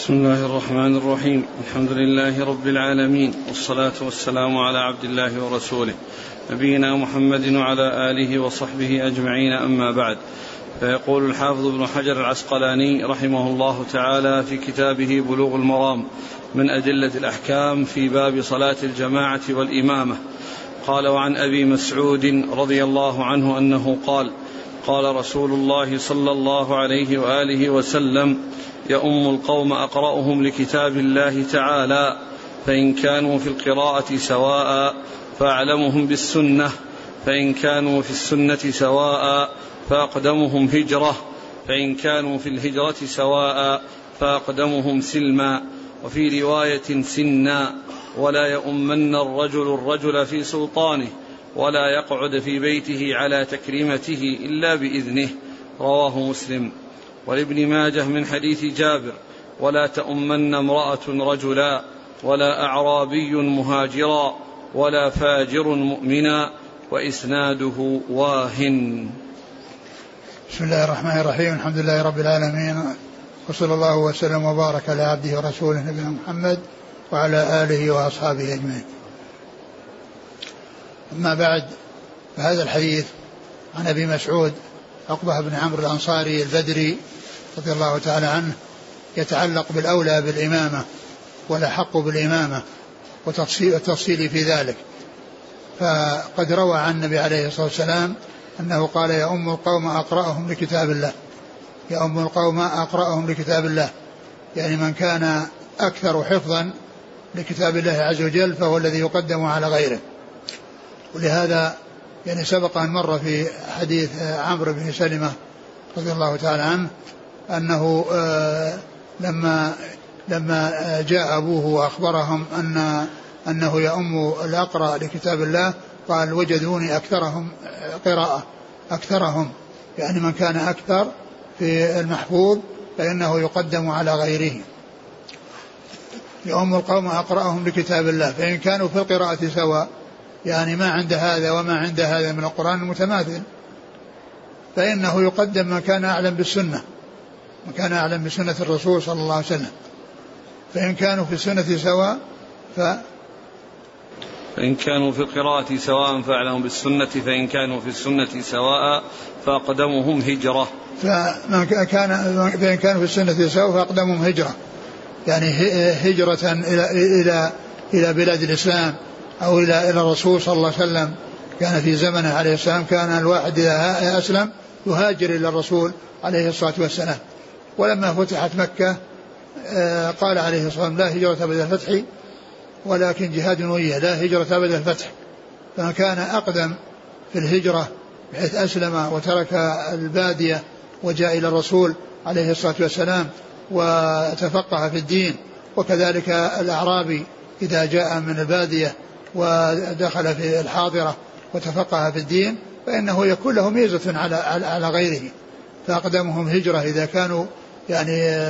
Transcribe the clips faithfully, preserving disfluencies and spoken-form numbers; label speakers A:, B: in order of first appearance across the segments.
A: بسم الله الرحمن الرحيم. الحمد لله رب العالمين، والصلاة والسلام على عبد الله ورسوله نبينا محمد وعلى آله وصحبه أجمعين، أما بعد. فيقول الحافظ ابن حجر العسقلاني رحمه الله تعالى في كتابه بلوغ المرام من أدلة الأحكام في باب صلاة الجماعة والإمامة، قال: وعن أبي مسعود رضي الله عنه أنه قال: قال رسول الله صلى الله عليه وآله وسلم: يؤم القوم أقرأهم لكتاب الله تعالى، فإن كانوا في القراءة سواء فأعلمهم بالسنة، فإن كانوا في السنة سواء فأقدمهم هجرة، فإن كانوا في الهجرة سواء فأقدمهم سلما، وفي رواية سنا، ولا يؤمن الرجل الرجل في سلطانه، ولا يقعد في بيته على تكريمته إلا بإذنه، رواه مسلم. ولابن ماجه من حديث جابر: ولا تؤمن امرأة رجلا، ولا أعرابي مهاجرا، ولا فاجر مؤمنا، وإسناده واهن.
B: بسم الله الرحمن الرحيم. الحمد لله رب العالمين، وصلى الله وسلم وبارك على عبده ورسوله نبينا محمد وعلى آله وأصحابه أجمعين. أما بعد، فهذا الحديث عن أبي مسعود عقبة بن عمرو الأنصاري البدري رضي الله تعالى عنه يتعلق بالأولى بالإمامة والأحق بالإمامة والتفصيل في ذلك. فقد روى عن النبي عليه الصلاة والسلام أنه قال: يؤم القوم أقرأهم لكتاب الله. يؤم القوم أقرأهم لكتاب الله، يعني من كان أكثر حفظا لكتاب الله عز وجل فهو الذي يقدم على غيره. ولهذا يعني سبق أن مر في حديث عمرو بن سلمة رضي الله تعالى عنه أنه آه لما لما جاء أبوه وأخبرهم أن أنه يؤم الأقرأ لكتاب الله قال: وجدوني أكثرهم قراءة، أكثرهم يعني من كان أكثر في المحفوظ فإنه يقدم على غيره. يؤم القوم أقرأهم لكتاب الله، فإن كانوا في القراءة سواء، يعني ما عند هذا وما عند هذا من القرآن المتماثل، فإنه يقدم من كان أعلم بالسنة، من كان أعلم بسنة الرسول صلى الله عليه وسلم. فإن كانوا في السنة سواء ف
A: فإن كانوا في القراءة سواء فأعلمهم بالسنة، فإن كانوا في السنة سواء فأقدمهم هجرة.
B: فمن كان فإن كانوا في السنة سواء فأقدمهم هجرة، يعني هجرة إلى إلى إلى بلاد الإسلام أو إلى إلى الرسول صلى الله عليه وسلم. كان في زمنه عليه السلام كان الواحد إذا أسلم يهاجر إلى الرسول عليه الصلاة والسلام. ولما فتحت مكة قال عليه الصلاة والسلام: لا هجرة بعد الفتح ولكن جهاد نية، لا هجرة بعد الفتح. فمن كان أقدم في الهجرة بحيث أسلم وترك البادية وجاء إلى الرسول عليه الصلاة والسلام وتفقه في الدين، وكذلك الأعرابي إذا جاء من البادية ودخل في الحاضرة وتفقه في الدين فإنه يكون له ميزة على على غيره. فأقدمهم هجرة إذا كانوا يعني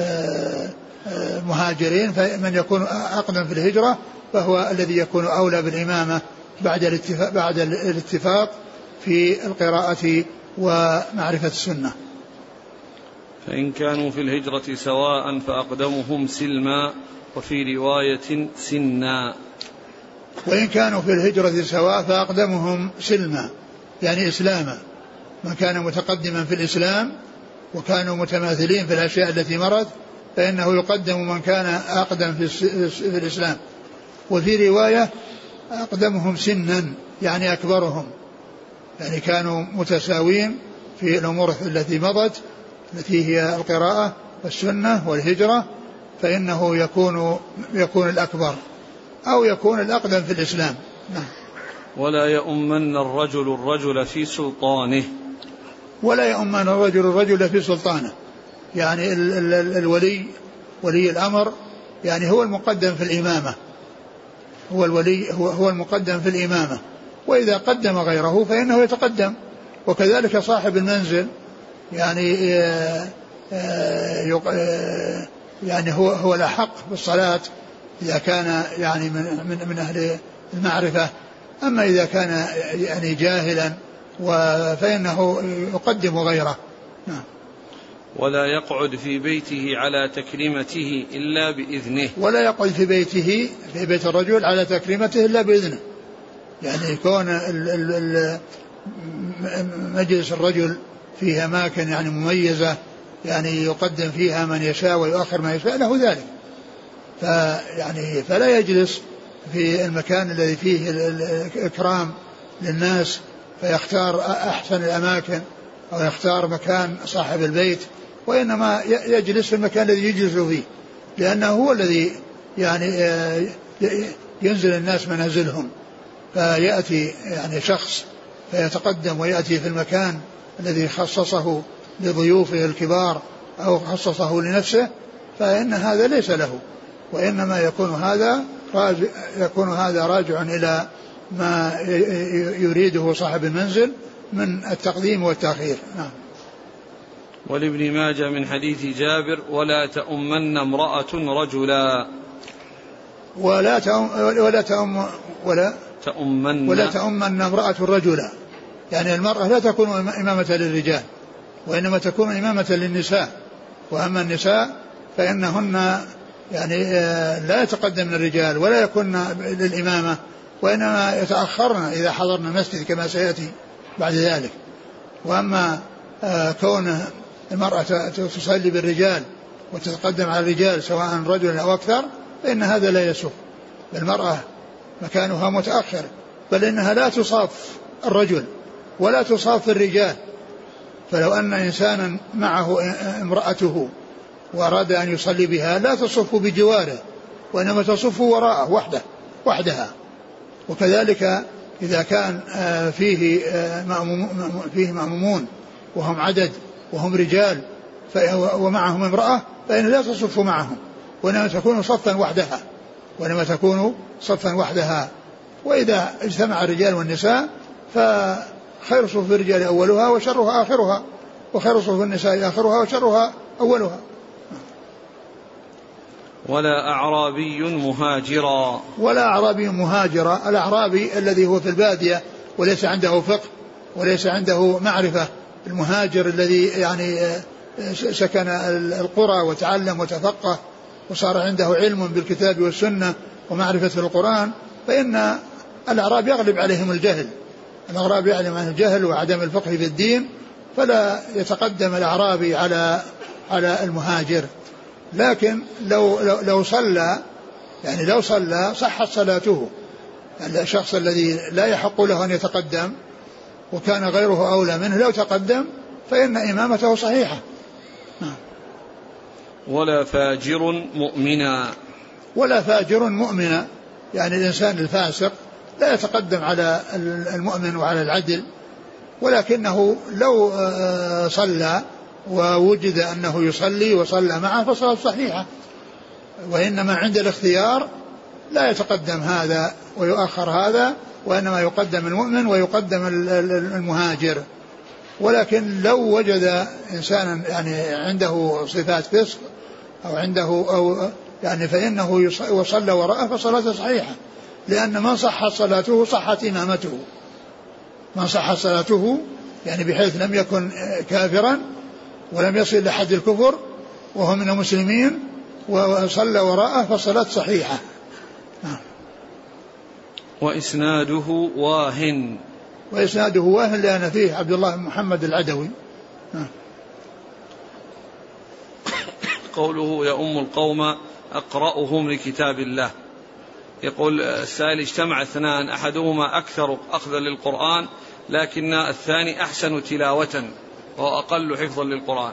B: مهاجرين، فمن يكون أقدم في الهجرة فهو الذي يكون أولى بالإمامة بعد الاتفاق, بعد الاتفاق في القراءة ومعرفة السنة.
A: فإن كانوا في الهجرة سواء فأقدمهم سلما، وفي رواية سنا.
B: وإن كانوا في الهجرة سواء فأقدمهم سلما، يعني إسلاما. من كان متقدما في الإسلام وكانوا متماثلين في الأشياء التي مرت فإنه يقدم من كان أقدم في الإسلام. وفي رواية أقدمهم سنا، يعني أكبرهم، يعني كانوا متساوين في الأمور التي مضت التي هي القراءة والسنة والهجرة، فإنه يكون يكون الأكبر أو يكون الأقدم في الإسلام. نعم.
A: ولا يؤمن الرجل الرجل في سلطانه.
B: ولا يؤمن الرجل الرجل في سلطانه، يعني ال ال ال الولي ولي الأمر يعني هو المقدم في الإمامة، هو الولي هو, هو المقدم في الإمامة، وإذا قدم غيره فإنه يتقدم. وكذلك صاحب المنزل يعني يعني هو هو الأحق بالصلاة إذا كان يعني من من, من أهل المعرفة. أما إذا كان يعني جاهلا فإنه يقدم غيره. نعم.
A: ولا يقعد في بيته على تكريمته إلا بإذنه.
B: ولا يقعد في بيته في بيت الرجل على تكريمته إلا بإذنه. يعني يكون مجلس الرجل فيها أماكن يعني مميزة يعني يقدم فيها من يشاء ويؤخر من يشاء له ذلك. فيعني فلا يجلس في المكان الذي فيه الإكرام للناس فيختار أحسن الأماكن أو يختار مكان صاحب البيت، وإنما يجلس في المكان الذي يجلس فيه، لأنه هو الذي يعني ينزل الناس منازلهم. فيأتي يعني شخص فيتقدم ويأتي في المكان الذي خصصه لضيوفه الكبار أو خصصه لنفسه، فإن هذا ليس له، وإنما يكون هذا يكون هذا راجع إلى ما يريده صاحب المنزل من التقديم والتأخير. نعم.
A: ولابن ماجه من حديث جابر: ولا تؤمن امرأة رجلا.
B: ولا تؤم ولا تؤم ولا
A: تؤمن
B: ولا تؤمن امرأة رجلا، يعني المرأة لا تكون إمامة للرجال وإنما تكون إمامة للنساء. وأما النساء فإنهن يعني لا يتقدمن الرجال ولا يكون للإمامة، وإنما يتأخرن إذا حضرنا المسجد كما سيأتي بعد ذلك. وأما كون المرأة تصلي بالرجال وتتقدم على الرجال سواء رجل أو أكثر فإن هذا لا يسوغ. المرأة مكانها متأخر، بل إنها لا تصاف الرجل ولا تصاف الرجال. فلو أن إنسانا معه امرأته وأراد أن يصلي بها لا تصف بجواره وإنما تصف وراءه وحده وحدها. وكذلك إذا كان فيه فيه مأمومون وهم عدد وهم رجال ومعهم امرأة فإن لا تصف معهم وإنما تكون صفا وحدها وإنما تكون صفا وحدها. وإذا اجتمع الرجال والنساء فخير صفوف الرجال أولها وشرها آخرها، وخير صفوف النساء آخرها وشرها أولها.
A: ولا أعرابي مهاجرا.
B: ولا أعرابي مهاجرا. الأعرابي الذي هو في البادية وليس عنده فقه وليس عنده معرفة. المهاجر الذي يعني سكن القرى وتعلم وتفقه وصار عنده علم بالكتاب والسنة ومعرفة القرآن، فإن الأعراب يغلب عليهم الجهل. الأعراب يعلم عن الجهل وعدم الفقه في الدين، فلا يتقدم الأعرابي على على المهاجر. لكن لو لو, لو صلى يعني لو صلى صحت صلاته. يعني الشخص الذي لا يحق له أن يتقدم وكان غيره أولى منه لو تقدم فإن إمامته صحيحة.
A: ولا فاجر مؤمنا.
B: ولا فاجر مؤمنا، يعني الإنسان الفاسق لا يتقدم على المؤمن وعلى العدل، ولكنه لو صلى ووجد أنه يصلي وصلى معه فصلاة صحيحة. وإنما عند الاختيار لا يتقدم هذا ويؤخر هذا، وإنما يقدم المؤمن ويقدم المهاجر. ولكن لو وجد إنسانا يعني عنده صفات فسق أو عنده أو يعني فإنه وصلى وراءه فصلاته صحيحة، لأن من صحت صلاته صحت إمامته. من صحت صلاته يعني بحيث لم يكن كافرا ولم يصل لحد الكفر وهو من المسلمين وصلى وراءه فصلاة صحيحة.
A: وإسناده واهن.
B: وإسناده واهن لأن فيه عبد الله بن محمد العدوي.
A: قوله يؤم القوم أقرأهم لكتاب الله. يقول السائل: اجتمع اثنان أحدهما أكثر أخذا للقرآن لكن الثاني أحسن تلاوة وهو أقل حفظا للقرآن.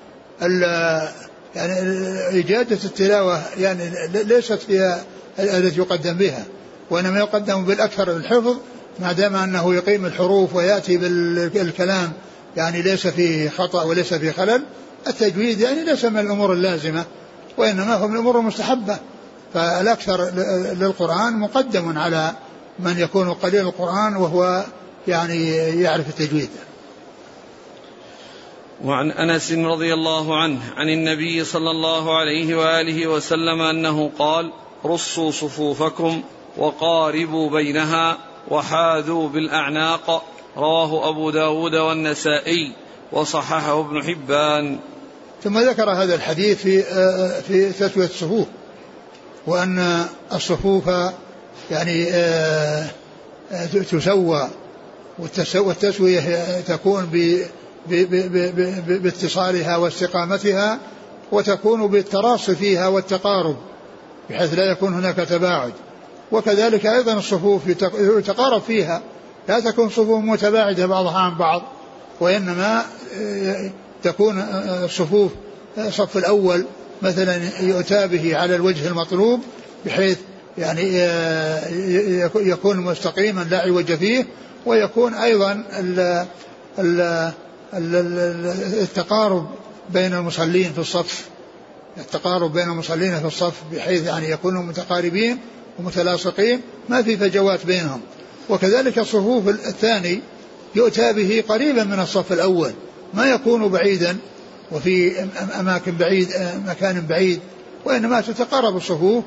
B: يعني إجادة التلاوة يعني ليست هي التي يقدم بها، وإنما يقدم بالأكثر الحفظ ما دام أنه يقيم الحروف ويأتي بالكلام يعني ليس فيه خطأ وليس فيه خلل. التجويد يعني ليس من الأمور اللازمة وإنما هو من الأمور المستحبة، فالأكثر للقرآن مقدم على من يكون قليل القرآن وهو يعني يعرف التجويد.
A: وعن أنس رضي الله عنه عن النبي صلى الله عليه وآله وسلم أنه قال: رصوا صفوفكم وقاربوا بينها وحاذوا بالأعناق. رواه أبو داود والنسائي وصححه ابن حبان.
B: ثم ذكر هذا الحديث في في تسوية الصفوف، وأن الصفوف يعني تسوى، والتسوية تكون باتصالها واستقامتها، وتكون بالتراص فيها والتقارب بحيث لا يكون هناك تباعد. وكذلك أيضا الصفوف يتقارب فيها، لا تكون صفوف متباعدة بعضها عن بعض، وإنما تكون الصفوف صف الأول مثلا يؤتى به على الوجه المطلوب بحيث يعني يكون مستقيما لا عوج فيه، ويكون أيضا التقارب بين المصلين في الصف التقارب بين المصلين في الصف بحيث يعني يكونوا متقاربين ومتلاصقين ما في فجوات بينهم. وكذلك الصفوف الثاني يؤتى به قريبا من الصف الأول، ما يكون بعيدا وفي أماكن بعيد مكان بعيد، وإنما تتقارب الصفوف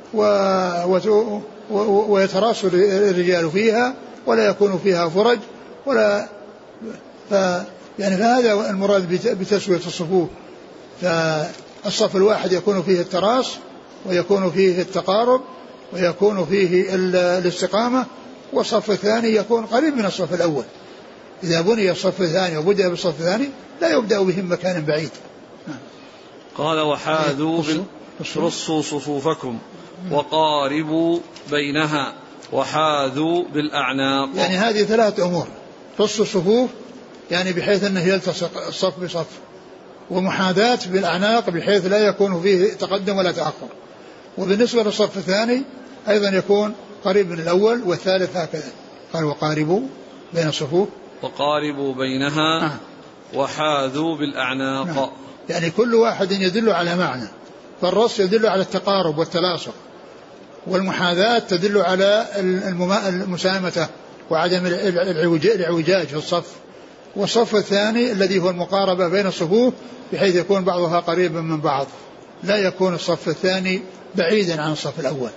B: ويتراص الرجال فيها ولا يكون فيها فرج ولا ف يعني فهذا المراد بتسوية الصفوف. فالصف الواحد يكون فيه التراص ويكون فيه التقارب ويكون فيه الاستقامة، والصف الثاني يكون قريب من الصف الأول. إذا بني الصف الثاني وبدأ بالصف الثاني لا يبدأ بهم مكان بعيد.
A: قال وحاذوا رصوا صفوفكم وقاربوا بينها وحاذوا بالأعناق.
B: يعني هذه ثلاث أمور: رص الصفوف يعني بحيث أنه يلتصق الصف بصف، ومحاذاة بالأعناق بحيث لا يكون فيه تقدم ولا تأخر، وبالنسبة للصف الثاني أيضا يكون قريب من الأول والثالث هكذا. قال وقاربوا بين الصفوف
A: وقاربوا بينها آه. وحاذوا بالأعناق.
B: نعم. يعني كل واحد يدل على معنى، فالرص يدل على التقارب والتلاصق، والمحاذاة تدل على المسامة وعدم العوجاج في الصف، والصف الثاني الذي هو المقاربة بين الصفوف بحيث يكون بعضها قريبا من بعض، لا يكون الصف الثاني بعيدا عن الصف الأول.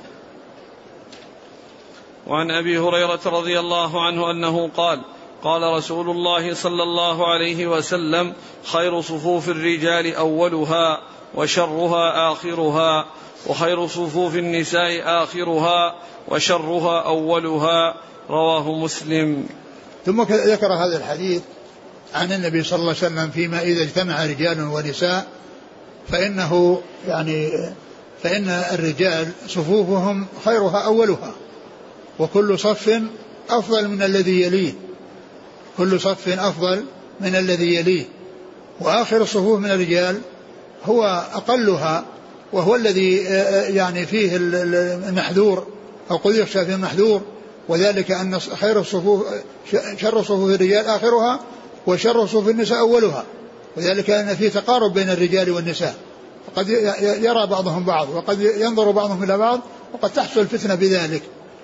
A: وعن أبي هريرة رضي الله عنه أنه قال قال رسول الله صلى الله عليه وسلم خير صفوف الرجال أولها وشرها آخرها وخير صفوف النساء آخرها وشرها أولها. رواه مسلم.
B: ثم ذكر هذا الحديث عن النبي صلى الله عليه وسلم فيما إذا اجتمع رجال ونساء فإنه يعني فإن الرجال صفوفهم خيرها أولها، وكل صف أفضل من الذي يليه كل صف أفضل من الذي يليه وآخر الصفوف من الرجال هو أقلها، وهو الذي يعني فيه المحذور أو قد يخشى فيه المحذور، وذلك أن خير الصفوف شر صفوف الرجال آخرها وشر صفوف النساء أولها، وذلك أن فيه تقارب بين الرجال والنساء، وقد يرى بعضهم بعض وقد ينظر بعضهم إلى بعض وقد تحصل فتنة بذلك.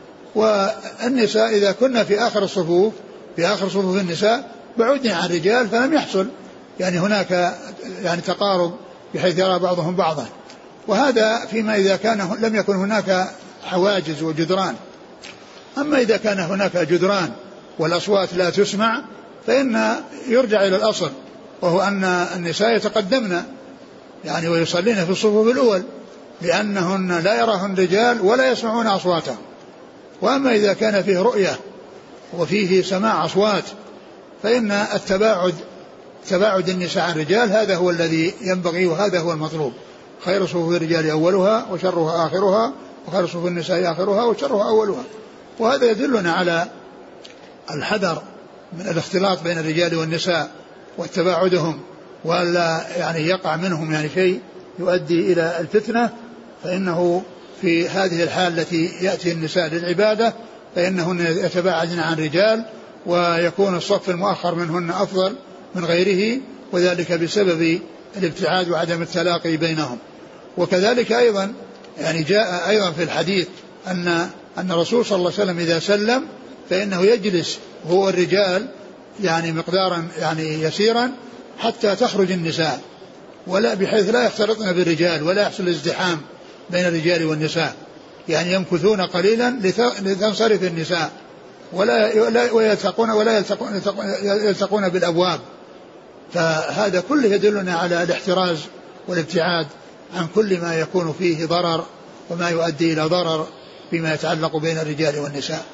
B: والنساء إذا كنا في آخر الصفوف في آخر صفوف النساء بعدنا عن الرجال فلم يحصل يعني هناك يعني تقارب بحيث يرى بعضهم بعضا، وهذا فيما إذا كان لم يكن هناك حواجز وجدران. أما إذا كان هناك جدران والأصوات لا تسمع فإن يرجع إلى الأصل، وهو أن النساء يتقدمن يعني ويصلين في الصفوف الأول لأنهن لا يراهن الرجال ولا يسمعون أصواتهم. وأما إذا كان فيه رؤية وفيه سماع أصوات فإن التباعد تباعد النساء عن الرجال هذا هو الذي ينبغي وهذا هو المطلوب. خير صفوف الرجال أولها وشرها آخرها وخير صفوف النساء آخرها وشرها أولها. وهذا يدلنا على الحذر من الاختلاط بين الرجال والنساء وتباعدهم، ولا يعني يقع منهم يعني شيء يؤدي إلى الفتنة، فإنه في هذه الحال التي يأتي النساء للعبادة فإنهن يتباعدن عن الرجال ويكون الصف المؤخر منهن أفضل من غيره، وذلك بسبب الابتعاد وعدم التلاقي بينهم. وكذلك أيضا يعني جاء أيضا في الحديث أن أن الرسول صلى الله عليه وسلم إذا سلم فإنه يجلس هو الرجال يعني مقدارا يعني يسيرا حتى تخرج النساء، ولا بحيث لا يختلطن بالرجال ولا يحصل ازدحام بين الرجال والنساء، يعني يمكثون قليلا لتنصرف النساء ولا ويلتقون ولا يلتقون, يلتقون بالأبواب فهذا كله يدلنا على الاحتراز والابتعاد عن كل ما يكون فيه ضرر وما يؤدي إلى ضرر فيما يتعلق بين الرجال والنساء.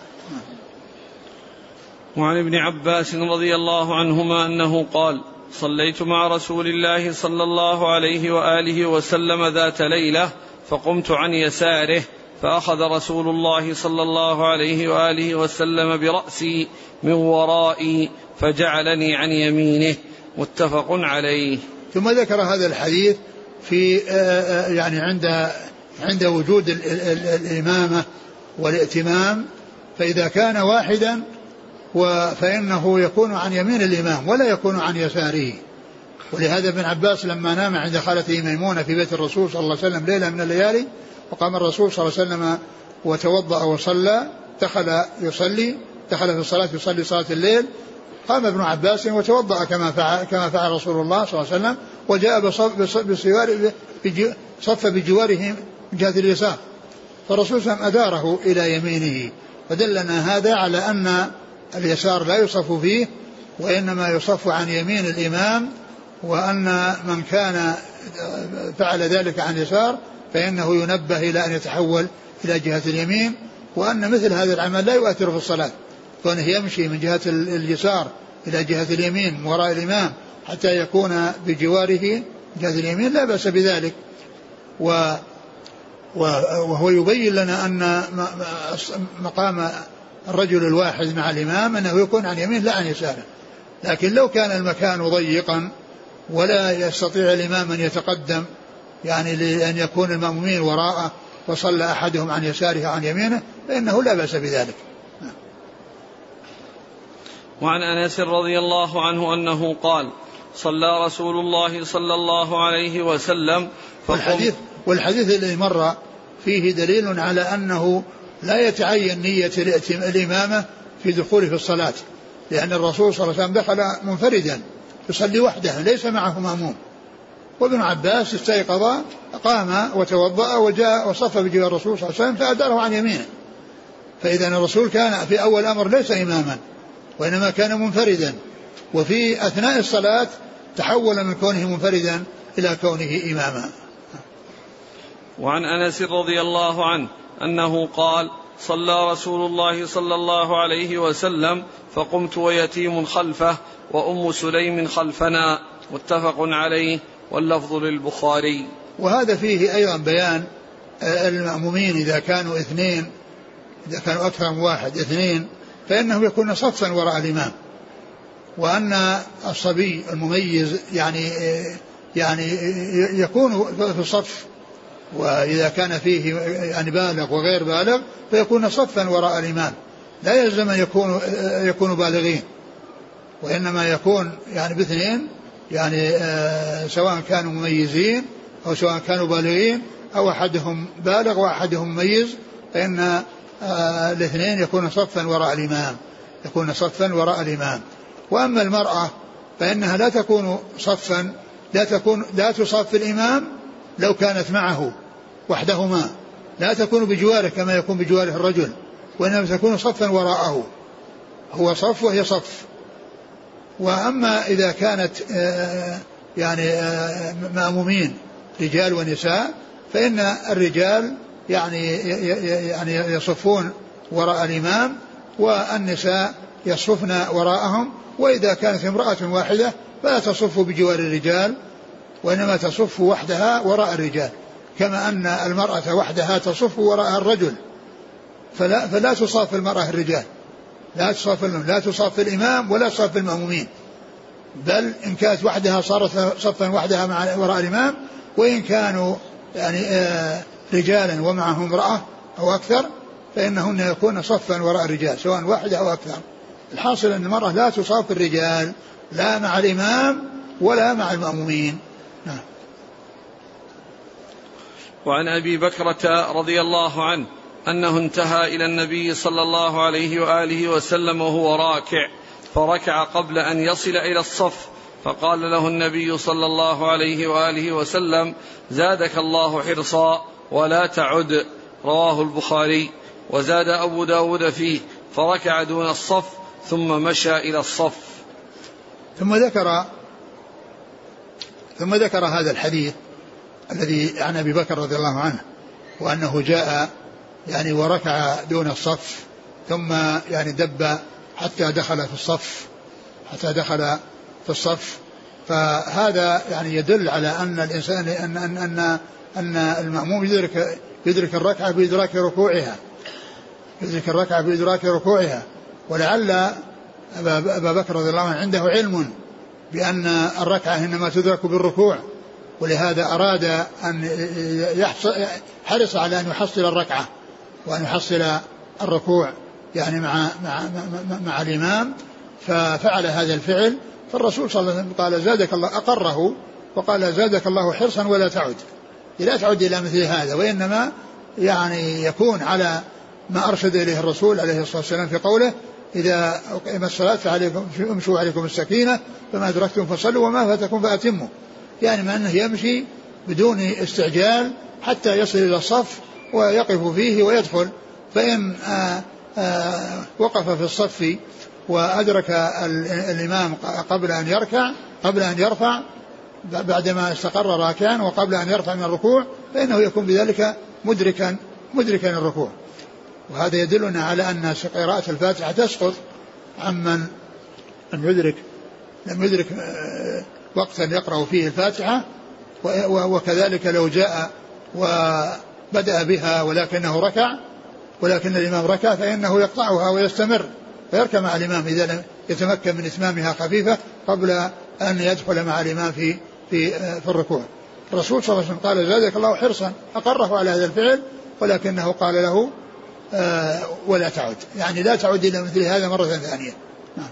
A: وعن ابن عباس رضي الله عنهما أنه قال: صليت مع رسول الله صلى الله عليه وآله وسلم ذات ليلة فقمت عن يساره فأخذ رسول الله صلى الله عليه وآله وسلم برأسي من ورائي فجعلني عن يمينه. متفق عليه.
B: ثم ذكر هذا الحديث في يعني عند عند وجود الإمامة والائتمام، فإذا كان واحدا فإنه يكون عن يمين الإمام ولا يكون عن يساره. ولهذا ابن عباس لما نام عند خالته ميمونة في بيت الرسول صلى الله عليه وسلم ليلة من الليالي، وقام الرسول صلى الله عليه وسلم وتوضأ وصلى، دخل يصلي دخل في الصلاة يصلي صلاة الليل، قام ابن عباس وتوضأ كما فعل كما فعل رسول الله صلى الله عليه وسلم، وجاء بصوار صف بجواره من جهة اليسار، فالرسول صلى الله عليه وسلم أداره إلى يمينه. فدلنا هذا على أن اليسار لا يصف فيه وإنما يصف عن يمين الإمام، وأن من كان فعل ذلك عن يسار فإنه ينبه إلى أن يتحول إلى جهة اليمين، وأن مثل هذا العمل لا يؤثر في الصلاة، كونه يمشي من جهة اليسار إلى جهة اليمين وراء الإمام حتى يكون بجواره جهة اليمين لا بأس بذلك. و وهو يبين لنا أن مقام الرجل الواحد مع الإمام أنه يكون عن يمين لا عن يساره. لكن لو كان المكان ضيقا ولا يستطيع الإمام أن يتقدم يعني لأن يكون المأمومين وراءه وصلى أحدهم عن يساره عن يمينه فإنه لا بأس بذلك.
A: وعن أنس رضي الله عنه أنه قال: صلى رسول الله صلى الله عليه وسلم.
B: والحديث, والحديث الذي مر فيه دليل على أنه لا يتعين نية الإمامة في دخوله في الصلاة، لأن الرسول صلى الله عليه وسلم دخل منفردا يصلي وحده ليس معه مأموم، وابن عباس استيقظ قام وتوضأ وجاء وصف بجوار الرسول صلى الله عليه وسلم فأداره عن يمينه. فإذا الرسول كان في أول أمر ليس إماما وإنما كان منفردا، وفي أثناء الصلاة تحول من كونه منفردا إلى كونه إماما.
A: وعن أنس رضي الله عنه أنه قال: صلى رسول الله صلى الله عليه وسلم فقمت ويتيم خلفه وأم سليم خلفنا. متفق عليه، واللفظ للبخاري.
B: وهذا فيه أيضا بيان المأمومين إذا كانوا اثنين، إذا كانوا أكثر من واحد اثنين، فإنهم يكون صفا وراء الإمام، وأن الصبي المميز يعني يعني يكون في الصف، وإذا كان فيه يعني بالغ وغير بالغ فيكون صفا وراء الإمام، لا يلزم أن يكونوا يكونوا بالغين، وإنما يكون يعني باثنين، يعني آه سواء كانوا مميزين أو سواء كانوا بالغين أو أحدهم بالغ وأحدهم مميز، فإن آه الاثنين يكون صفا وراء الإمام، يكون صفا وراء الإمام. وأما المرأة فإنها لا تكون صفا، لا تكون لا تصف الإمام لو كانت معه وحدهما، لا تكون بجواره كما يكون بجواره الرجل، وإنما تكون صفا وراءه، هو صف وهي صف. وأما إذا كانت يعني مأمومين رجال ونساء فإن الرجال يعني يعني يصفون وراء الإمام والنساء يصفن وراءهم، وإذا كانت امرأة واحدة فلا تصف بجوار الرجال وإنما تصف وحدها وراء الرجال، كما أن المرأة وحدها تصف وراء الرجل، فلا, فلا تصاف المرأة الرجال، لا تصاف لا تصاف الإمام ولا تصاف المأمومين، بل إن كانت وحدها صارت صفا وحدها مع وراء الإمام، وإن كانوا يعني آه رجالا ومعهم امرأة أو أكثر فإنهن يكون صفا وراء الرجال سواء واحدة أو أكثر. الحاصل أن المرأة لا تصاف الرجال لا مع الإمام ولا مع المأمومين. نعم.
A: وعن أبي بكرة رضي الله عنه أنه انتهى إلى النبي صلى الله عليه وآله وسلم وهو راكع، فركع قبل أن يصل إلى الصف، فقال له النبي صلى الله عليه وآله وسلم: زادك الله حرصا ولا تعد. رواه البخاري. وزاد أبو داود فيه: فركع دون الصف ثم مشى إلى الصف.
B: ثم ذكر ثم ذكر هذا الحديث الذي عن أبي بكر رضي الله عنه وأنه جاء يعني وركع دون الصف ثم يعني دب حتى دخل في الصف حتى دخل في الصف. فهذا يعني يدل على أن الإنسان أن أن أن, أن المأموم يدرك يدرك الركعة بإدراك ركوعها يدرك الركعة بإدراك ركوعها. ولعل أبا بكر رضي الله عنه عنده علم بأن الركعة إنما تدرك بالركوع، ولهذا أراد أن يحصل حرص على أن يحصل الركعة وأن يحصل الركوع يعني مع مع مع, مع الإمام، ففعل هذا الفعل. فالرسول صلى الله عليه وسلم قال زادك الله أقره وقال زادك الله حرصا ولا تعد لا تعد إلى مثل هذا، وإنما يعني يكون على ما أرشد إليه الرسول عليه الصلاة والسلام في قوله إذا أقيمت الصلاة فعليكم امشوا عليكم السكينة فما أدركتم فصلوا وما فاتكم فأتموا، يعني ما أنه يمشي بدون استعجال حتى يصل إلى الصف ويقف فيه ويدخل. فإن آآ آآ وقف في الصف وأدرك الإمام قبل أن يركع قبل أن يرفع بعدما استقر راكعا وقبل أن يرفع من الركوع فإنه يكون بذلك مدركا مدركا الركوع. وهذا يدلنا على أن قراءة الفاتحة تسقط عمن لم يدرك لم يدرك وقتا يقرأ فيه الفاتحة، وكذلك لو جاء وبدأ بها ولكنه ركع ولكن الإمام ركع فإنه يقطعها ويستمر فيركع مع الإمام إذا لم يتمكن من إتمامها خفيفة قبل أن يدخل مع الإمام في في في الركوع. الرسول صلى الله عليه وسلم قال زادك الله حرصا، أقره على هذا الفعل ولكنه قال له آه ولا تعد، يعني لا تعد إلى مثل هذا مرة ثانية. نعم.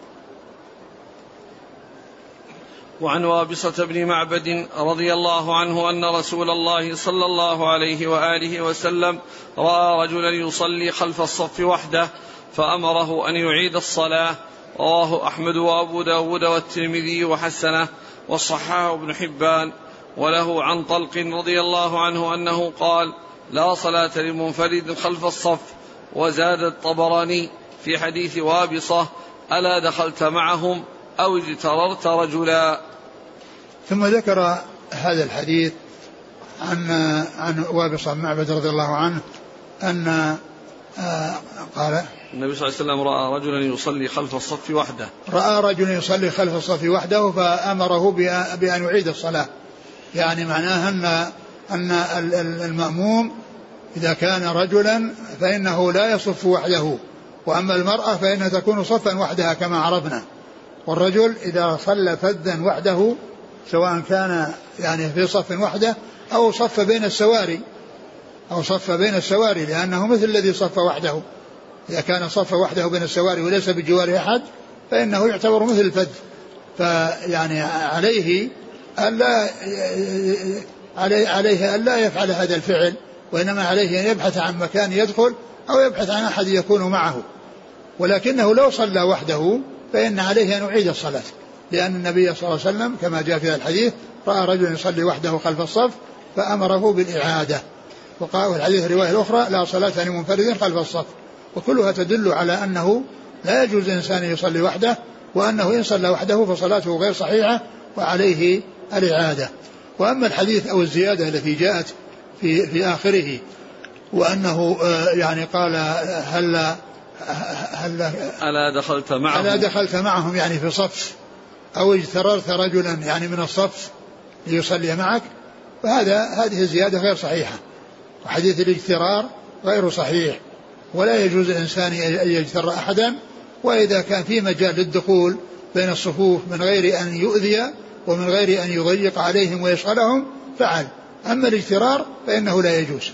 A: وعن وابصة بن معبد رضي الله عنه أن رسول الله صلى الله عليه وآله وسلم رأى رجلا يصلي خلف الصف وحده فأمره أن يعيد الصلاة. رواه أحمد وأبو داود والترمذي وحسنه وصححه ابن حبان. وله عن طلق رضي الله عنه أنه قال لا صلاة لمنفرد خلف الصف. وزاد الطبراني في حديث وابصة ألا دخلت معهم أو اجتررت رجلا.
B: ثم ذكر هذا الحديث عن عن وابصة بن معبد رضي الله عنه أن آه قال
A: النبي صلى الله عليه وسلم رأى رجلا يصلي خلف الصف وحده
B: رأى رجلا يصلي خلف الصف وحده فأمره بأن يعيد الصلاة، يعني معناها أن أن المأموم إذا كان رجلا فإنه لا يصف وحده، وأما المرأة فإنها تكون صفا وحدها كما عرفنا. والرجل إذا صلى فذا وحده سواء كان يعني في صف وحده أو صف بين السواري أو صف بين السواري لأنه مثل الذي صف وحده، إذا كان صف وحده بين السواري وليس بجواره أحد فإنه يعتبر مثل الفذ. فيعني عليه ألا عليه عليه ألا يفعل هذا الفعل، وإنما عليه أن يبحث عن مكان يدخل أو يبحث عن أحد يكون معه. ولكنه لو صلى وحده فإن عليه أن يعيد الصلاة، لأن النبي صلى الله عليه وسلم كما جاء في الحديث رأى رجل يصلي وحده خلف الصف فأمره بالإعادة. وقال الحديث الرواية الأخرى لا صلاة لمنفرد خلف الصف. وكلها تدل على أنه لا يجوز إنسان يصلي وحده، وأنه إن صلى وحده فصلاته غير صحيحة وعليه الإعادة. وأما الحديث أو الزيادة التي جاءت في في آخره وأنه يعني قال هل هل
A: ألا دخلت معهم
B: ألا دخلت معهم يعني في صف أو اجتررت رجلا يعني من الصف ليصلي معك، فهذا هذه الزيادة غير صحيحة، وحديث الاجترار غير صحيح، ولا يجوز الإنسان أن يجتر أحدا. وإذا كان في مجال للدخول بين الصفوف من غير أن يؤذي ومن غير أن يضيق عليهم ويشغلهم فعل، أما الاجترار فإنه لا يجوز.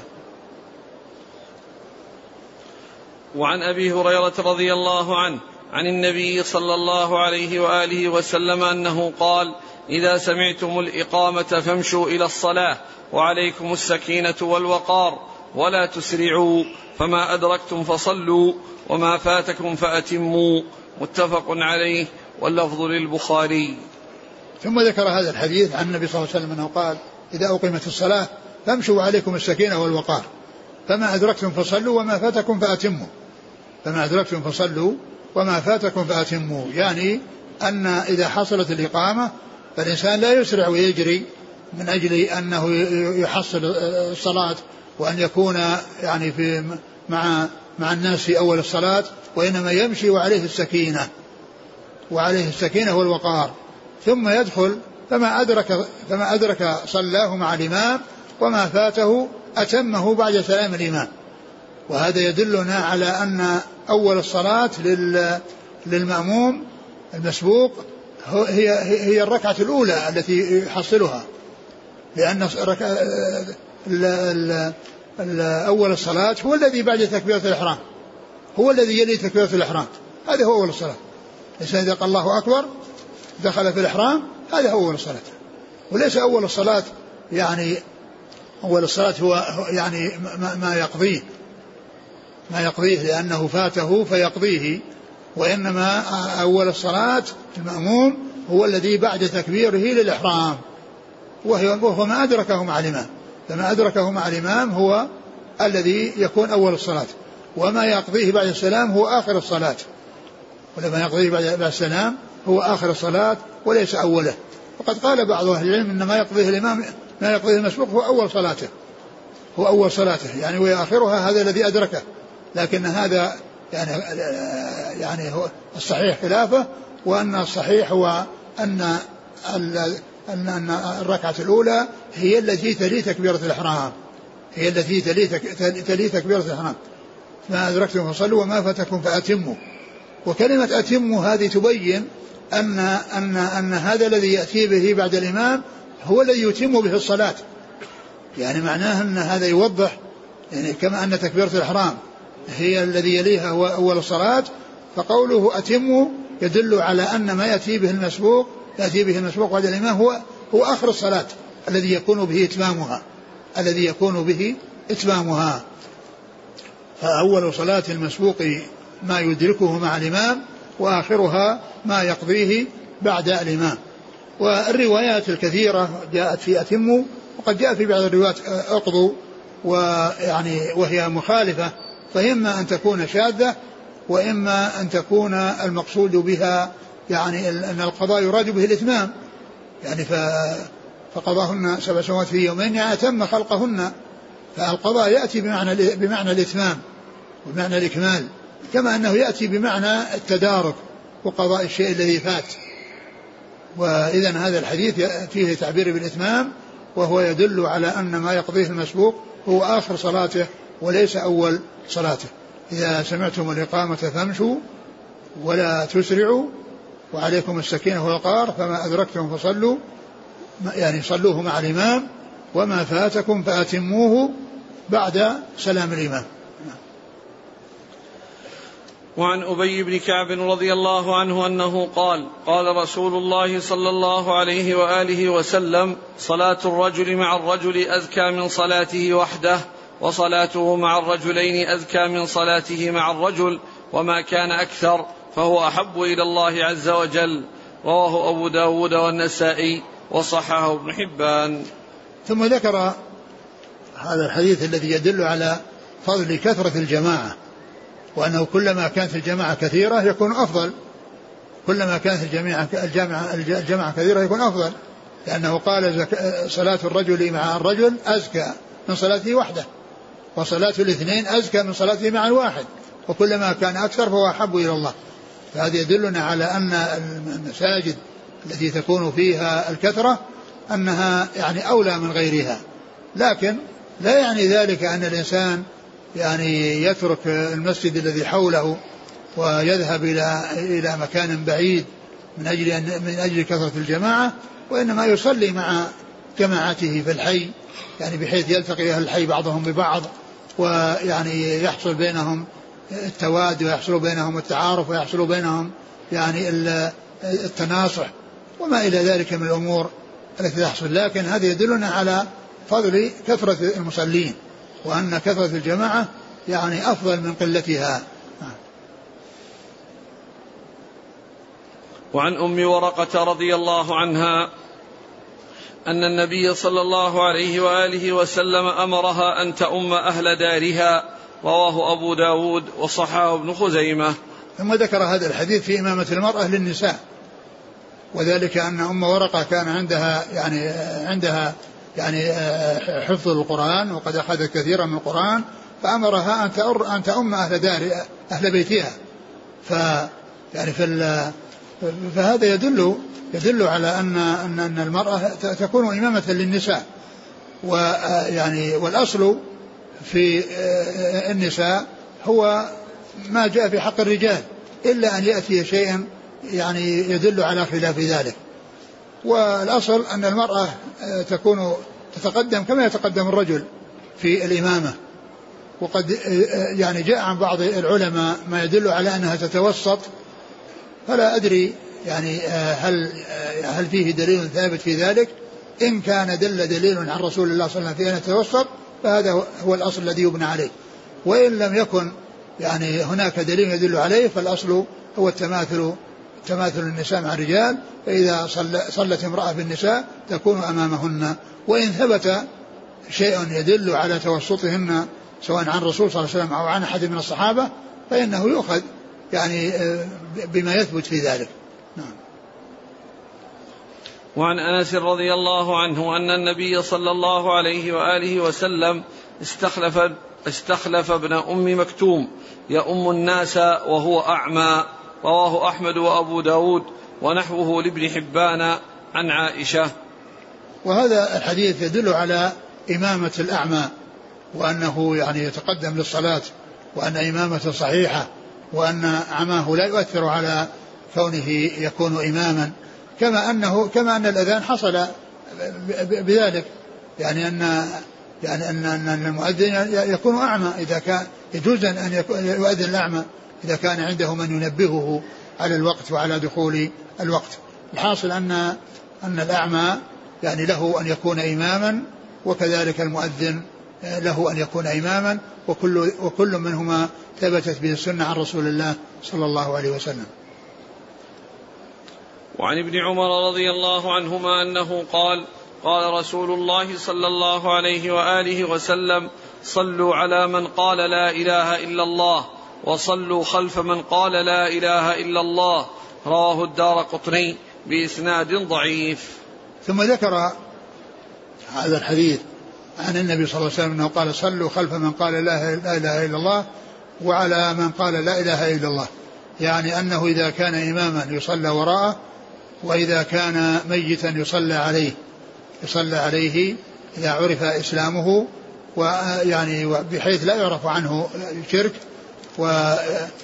A: وعن أبي هريرة رضي الله عنه عن النبي صلى الله عليه وآله وسلم أنه قال إذا سمعتم الإقامة فامشوا إلى الصلاة وعليكم السكينة والوقار ولا تسرعوا فما أدركتم فصلوا وما فاتكم فأتموا. متفق عليه واللفظ للبخاري.
B: ثم ذكر هذا الحديث عن النبي صلى الله عليه وسلم أنه قال إذا أقيمت الصلاة فامشوا وعليكم السكينة والوقار فما أدركتم فصلوا وما فاتكم فأتموا فما أدركتم فصلوا وما فاتكم فأتموا، يعني أن إذا حصلت الإقامة فالإنسان لا يسرع ويجري من أجل أنه يحصل الصلاة وأن يكون يعني في مع مع الناس في أول الصلاة، وإنما يمشي وعليه السكينة وعليه السكينة والوقار، ثم يدخل فما أدرك فما أدرك صلاه مع الإمام، وما فاته أتمه بعد سلام الإمام. وهذا يدلنا على أن أول الصلاة للمأموم المسبوق هي هي الركعة الأولى التي يحصلها، لأن أول الصلاة هو الذي بعد تكبيرة الإحرام، هو الذي يلي تكبيرة الإحرام، هذا هو أول الصلاة. الإنسان إذا قال الله أكبر دخل في الإحرام، هذا هو أول الصلاة، وليس أول الصلاة يعني أول الصلاة هو يعني ما يقضيه ما يقضيه لأنه فاته فيقضيه، وإنما أول الصلاة المأموم هو الذي بعد تكبيره للإحرام، وهو ما أدركه مع الإمام، فما أدركه مع الإمام هو الذي يكون أول الصلاة، وما يقضيه بعد السلام هو آخر الصلاة، ولما يقضيه بعد السلام هو آخر الصلاة وليس أوله. وقد قال بعض أهل العلم إن ما يقضيه الإمام ما يقضيه المسبوق هو أول صلاته هو أول صلاته يعني وآخرها هذا الذي أدركه، لكن هذا يعني يعني هو الصحيح خلافه، وأن الصحيح هو أن أن أن الركعة الأولى هي التي تلي تكبيرة الإحرام هي التي تلي تلي تكبيرة الإحرام. ما أدركتم فصلوا وما فاتكم فأتموا. وكلمة أتموا هذه تبين أن أن أن هذا الذي يأتي به بعد الإمام هو الذي يتم به الصلاة، يعني معناه أن هذا يوضح يعني كما أن تكبيرة الإحرام هي الذي يليها هو أول الصلاة، فقوله أتموا يدل على أن ما يأتي به المسبوق يأتي به المسبوق بعد الإمام هو هو آخر الصلاة الذي يكون به إتمامها الذي يكون به إتمامها. فأول صلاة المسبوق ما يدركه مع الإمام، وآخرها ما يقضيه بعد الإمام. والروايات الكثيرة جاءت في أتموا، وقد جاء في بعض الروايات أقضوا، ويعني وهي مخالفة، فإما أن تكون شاذة وإما أن تكون المقصود بها يعني أن القضاء يراد به الإتمام، يعني فقضاهن سبع سنوات في يومين يعني أتم خلقهن، فالقضاء يأتي بمعنى بمعنى الإتمام وبمعنى الإكمال، كما أنه يأتي بمعنى التدارك وقضاء الشيء الذي فات. وإذا هذا الحديث فيه تعبير بالإتمام، وهو يدل على أن ما يقضيه المسبوق هو آخر صلاته وليس أول صلاته. إذا سمعتم الإقامة فامشوا ولا تسرعوا وعليكم السكينة والوقار، فما أدركتم فصلوا يعني صلوه مع الإمام، وما فاتكم فأتموه بعد سلام الإمام.
A: وعن أبي بن كعب رضي الله عنه أنه قال قال رسول الله صلى الله عليه وآله وسلم: صلاة الرجل مع الرجل أزكى من صلاته وحده، وصلاته مع الرجلين أزكى من صلاته مع الرجل، وما كان أكثر فهو أحب إلى الله عز وجل. رواه أبو داود والنسائي وصححه ابن حبان.
B: ثم ذكر هذا الحديث الذي يدل على فضل كثرة الجماعة، وأنه كلما كانت الجماعة كثيرة يكون أفضل، كلما كانت الجماعة, الجماعة, الجماعة كثيرة يكون أفضل، لأنه قال صلاة الرجل مع الرجل أزكى من صلاته وحده، وصلاة الاثنين أزكى من صلاته مع الواحد، وكلما كان أكثر فهو أحب إلى الله. فهذا يدلنا على أن المساجد التي تكون فيها الكثرة أنها يعني أولى من غيرها، لكن لا يعني ذلك أن الإنسان يعني يترك المسجد الذي حوله ويذهب إلى إلى مكان بعيد من أجل أن من أجل كثرة الجماعة، وإنما يصلي مع جماعته في الحي، يعني بحيث يلتقي أهل الحي بعضهم ببعض، ويعني يحصل بينهم التواد ويحصل بينهم التعارف ويحصل بينهم يعني التناصح وما إلى ذلك من الأمور التي تحصل. لكن هذا يدلنا على فضل كثرة المصلين، وأن كثرة الجماعة يعني أفضل من قلتها.
A: وعن أم ورقة رضي الله عنها أن النبي صلى الله عليه وآله وسلم أمرها أن تؤم أهل دارها. رواه أبو داود وصححه ابن خزيمة.
B: ثم ذكر هذا الحديث في إمامة المرأة للنساء، وذلك أن أم ورقة كان عندها يعني عندها يعني حفظ القرآن وقد أخذت كثيرا من القرآن، فأمرها أن تأر أن تأم أهل دار أهل بيتها. ف يعني في فهذا يدل يدل على أن أن أن المرأة تكون إمامة للنساء. ويعني والأصل في النساء هو ما جاء في حق الرجال، إلا أن يأتي شيء يعني يدل على خلاف ذلك. والأصل أن المرأة تكون تتقدم كما يتقدم الرجل في الإمامة. وقد يعني جاء عن بعض العلماء ما يدل على أنها تتوسط، فلا أدري يعني هل هل فيه دليل ثابت في ذلك. إن كان دل دليل عن رسول الله صلى الله عليه وسلم في أن تتوسط فهذا هو الأصل الذي يبنى عليه، وإن لم يكن يعني هناك دليل يدل عليه فالأصل هو التماثل تماثل النساء مع الرجال. فإذا صلت امرأة بالنساء تكون أمامهن. وإن ثبت شيء يدل على توسطهن سواء عن الرسول صلى الله عليه وسلم أو عن أحد من الصحابة فإنه يؤخذ يعني بما يثبت في ذلك. نعم.
A: وعن أنس رضي الله عنه أن النبي صلى الله عليه وآله وسلم استخلف, استخلف ابن أم مكتوم يؤم الناس وهو أعمى. رواه أحمد وأبو داود ونحوه لابن حبان عن عائشة.
B: وهذا الحديث يدل على إمامة الأعمى، وأنه يعني يتقدم للصلاة، وأن إمامة صحيحة، وأن عماه لا يؤثر على كونه يكون إماما، كما أنه كما أن الأذان حصل بذلك، يعني أن يعني أن أن المؤذن يكون أعمى إذا كان يجوز أن يؤذن الأعمى إذا كان عنده من ينبهه على الوقت وعلى دخول الوقت. الحاصل أن أن الأعمى يعني له أن يكون إماما، وكذلك المؤذن له أن يكون إماما، وكل وكل منهما ثبتت به السنة عن رسول الله صلى الله عليه وسلم.
A: وعن ابن عمر رضي الله عنهما أنه قال: قال رسول الله صلى الله عليه وآله وسلم: صلوا على من قال لا إله إلا الله، وصلوا خلف من قال لا إله إلا الله. رواه الدارقطني بإسناد ضعيف.
B: ثم ذكر هذا الحديث عن النبي صلى الله عليه وسلم أنه قال: صلوا خلف من قال لا إله إلا الله وعلى من قال لا إله إلا الله، يعني أنه إذا كان إماما يصلى وراءه، وإذا كان ميتا يصلى عليه يصلى عليه إذا عرف إسلامه، ويعني بحيث لا يعرف عنه شرك، و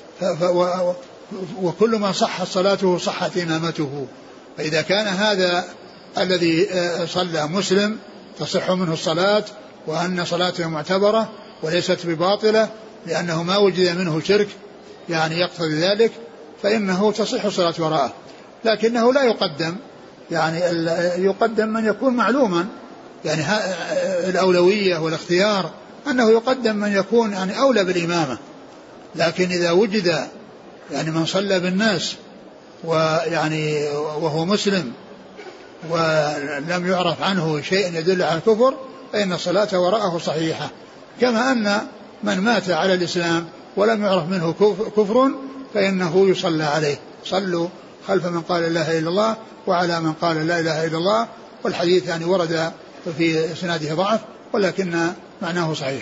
B: وكل ما صحت صلاته صحت إمامته. فإذا كان هذا الذي صلى مسلم تصح منه الصلاة، وأن صلاته معتبرة وليست بباطلة لأنه ما وجد منه شرك يعني يقتضي ذلك، فإنه تصح الصلاة وراءه. لكنه لا يقدم، يعني يقدم من يكون معلوما، يعني الأولوية والاختيار أنه يقدم من يكون يعني أولى بالإمامة. لكن إذا وجد يعني من صلى بالناس ويعني وهو مسلم ولم يعرف عنه شيء يدل على الكفر فإن الصلاة وراءه صحيحة، كما أن من مات على الإسلام ولم يعرف منه كفر فإنه يصلى عليه. صلوا خلف من قال لا إله إلا الله وعلى من قال لا إله إلا الله. والحديث يعني ورد في إسناده ضعف ولكن معناه صحيح.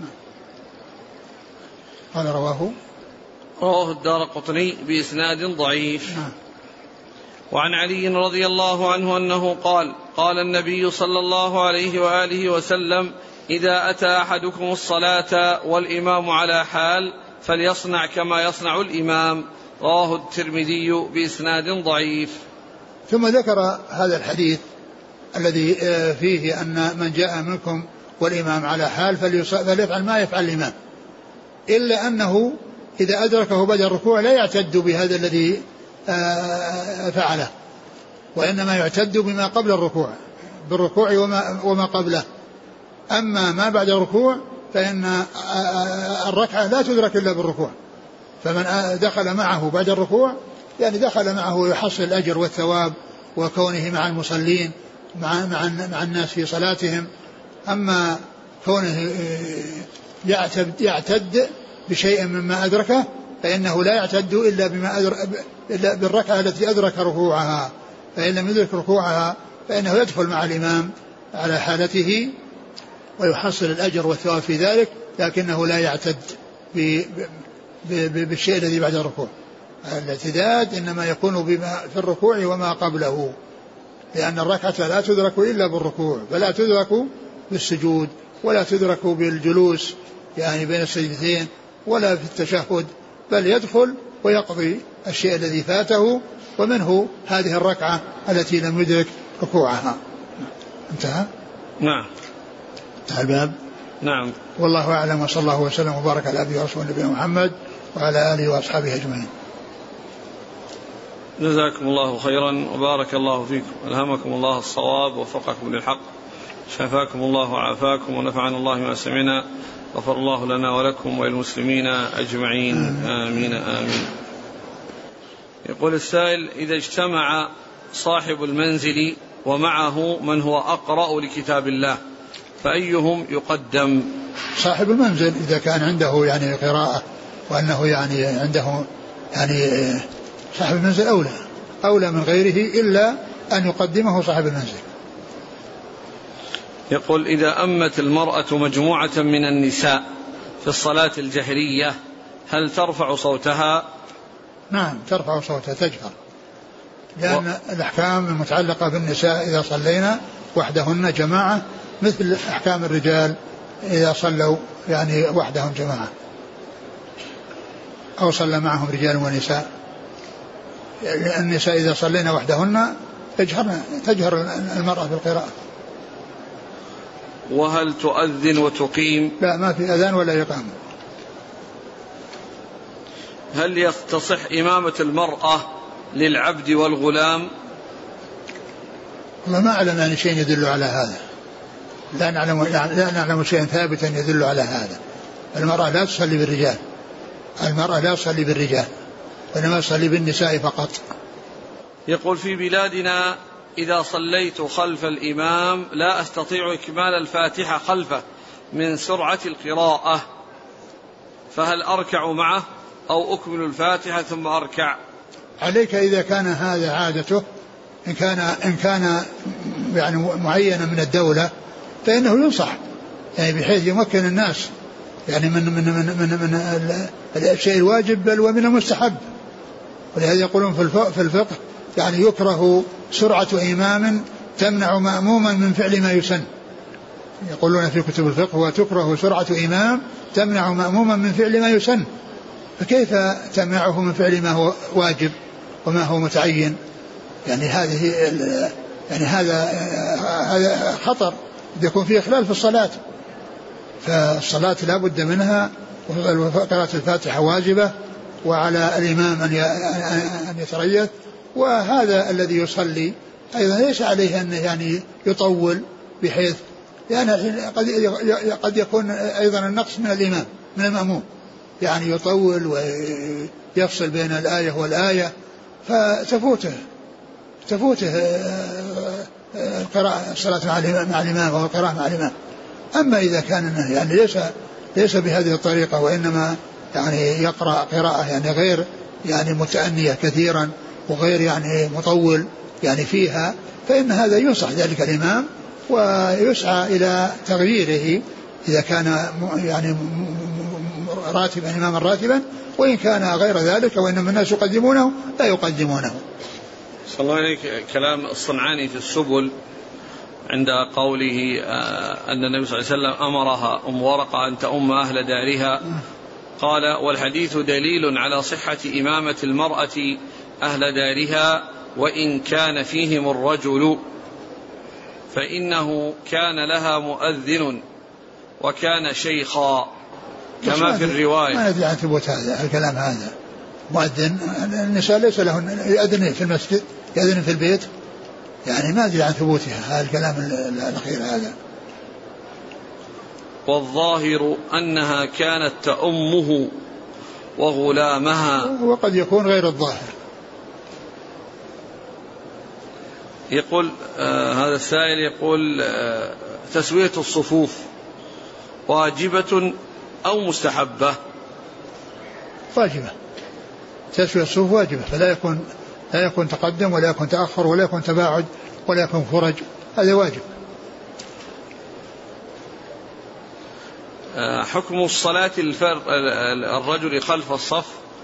B: قال رواه
A: رواه الدارقطني بإسناد ضعيف.
B: نعم.
A: وعن علي رضي الله عنه أنه قال: قال النبي صلى الله عليه وآله وسلم: إذا أتى أحدكم الصلاة والإمام على حال فليصنع كما يصنع الإمام. رواه الترمذي بإسناد ضعيف.
B: ثم ذكر هذا الحديث الذي فيه أن من جاء منكم والإمام على حال فليفعل ما يفعل الإمام، إلا أنه إذا أدركه بعد الركوع لا يعتد بهذا الذي فعله، وإنما يعتد بما قبل الركوع بالركوع وما, وما قبله. أما ما بعد الركوع فإن الركعة لا تدرك إلا بالركوع، فمن دخل معه بعد الركوع يعني دخل معه يحصل الأجر والثواب وكونه مع المصلين مع, مع, مع الناس في صلاتهم. أما كونه يعتد, يعتد بشيء مما أدركه فإنه لا يعتد إلا بما أدرك إلا بالركعة التي أدرك ركوعها، فإن لم يدرك ركوعها فإنه يدخل مع الإمام على حالته ويحصل الأجر والثواب في ذلك، لكنه لا يعتد بالشيء الذي بعد الركوع. الاعتداد إنما يكون بما في الركوع وما قبله، لأن الركعة لا تدرك إلا بالركوع، فلا تدرك بالسجود ولا تدرك بالجلوس يعني بين السجدتين ولا في التشهد، بل يدخل ويقضي الشيء الذي فاته، ومنه هذه الركعة التي لم يدرك ركوعها. انتهى؟
A: نعم.
B: انتهى الباب.
A: نعم.
B: والله أعلم، وصلى الله وسلم وبارك على أبي ورسول نبينا محمد وعلى آله وأصحابه أجمعين.
A: جزاكم الله خيرا وبارك الله فيكم، ألهمكم الله الصواب ووفقكم للحق، شفاكم الله وعافاكم ونفعنا الله ما سمعنا، غفر الله لنا ولكم وللمسلمين أجمعين. آمين آمين. يقول السائل: إذا اجتمع صاحب المنزل ومعه من هو أقرأ لكتاب الله فأيهم يقدم؟
B: صاحب المنزل إذا كان عنده يعني قراءة وأنه يعني عنده يعني صاحب المنزل أولى أولى من غيره، إلا أن يقدمه صاحب المنزل.
A: يقول: إذا أمت المرأة مجموعة من النساء في الصلاة الجهرية هل ترفع صوتها؟
B: نعم ترفع صوتها، تجهر، لأن و... الأحكام المتعلقة بالنساء إذا صلينا وحدهن جماعة مثل أحكام الرجال إذا صلوا يعني وحدهم جماعة أو صلى معهم رجال ونساء. النساء إذا صلينا وحدهن تجهر, تجهر المرأة بالقراءة.
A: وهل تؤذن وتقيم؟
B: لا، ما في أذان ولا إقامة.
A: هل تصح إمامة المرأة للعبد والغلام؟
B: والله ما أعلم يعني شيء يدل على هذا، لا نعلم, لا نعلم شيئا ثابتا يدل على هذا. المرأة لا تصلي بالرجال، المرأة لا تصلي بالرجال وإنما تصلي بالنساء فقط.
A: يقول: في بلادنا إذا صليت خلف الإمام لا أستطيع إكمال الفاتحة خلفه من سرعة القراءة، فهل أركع معه أو أكمل الفاتحة ثم أركع؟
B: عليك إذا كان هذا عادته، إن كان إن كان يعني معينا من الدولة فإنه ينصح يعني بحيث يمكن الناس يعني من من من من, من الشيء الواجب بل ومن المستحب. ولهذا يقولون في الفقه يعني يكره سرعة إمام تمنع مأموما من فعل ما يسن. يقولون في كتب الفقه وتكره سرعة إمام تمنع مأموما من فعل ما يسن، فكيف تمنعه من فعل ما هو واجب وما هو متعين؟ يعني هذه يعني هذا هذا خطر يكون فيه إخلال في الصلاة. فالصلاة لا بد منها، وقراءة الفاتحة واجبة، وعلى الإمام أن يتريث. وهذا الذي يصلي أيضا ليس عليه أن يعني يطول بحيث يعني قد يكون أيضا النقص من الإمام من المأموم، يعني يطول ويفصل بين الآية والآية فتفوته تفوته القراءة الصلاة مع الإمام أو القراءة مع الإمام. أما إذا كان يعني ليس ليس بهذه الطريقة وإنما يعني يقرأ قراءة يعني غير يعني متأنية كثيرا وغير يعني مطول يعني فيها، فإن هذا ينصح ذلك الإمام ويسعى إلى تغييره إذا كان يعني راتبا إماما راتبا، وإن كان غير ذلك وإنما الناس يقدمونه لا يقدمونه.
A: صلى الله عليك. كلام الصنعاني في السبل عند قوله أن النبي صلى الله عليه وسلم أمرها أم ورقة أن تؤم أهل دارها، قال: والحديث دليل على صحة إمامة المرأة أهل دارها وإن كان فيهم الرجل، فإنه كان لها مؤذن وكان شيخا كما في الرواية.
B: ما ندري عن ثبوت هذا الكلام. هذا مؤذن النساء ليس لهن يأذن في المسجد يأذن في البيت، يعني ما ادري عن ثبوتها هذا الكلام الأخير هذا.
A: والظاهر أنها كانت تأمه وغلامها،
B: وقد يكون غير الظاهر.
A: يقول آه هذا السائل يقول آه تسوية الصفوف واجبة أو مستحبة؟
B: واجبة، تسوية الصفوف واجبة، فلا يكون لا يكون تقدم ولا يكون تأخر ولا يكون تباعد ولا يكون فرج، هذا واجب.
A: حكم الصلاة الرجل خلف الصف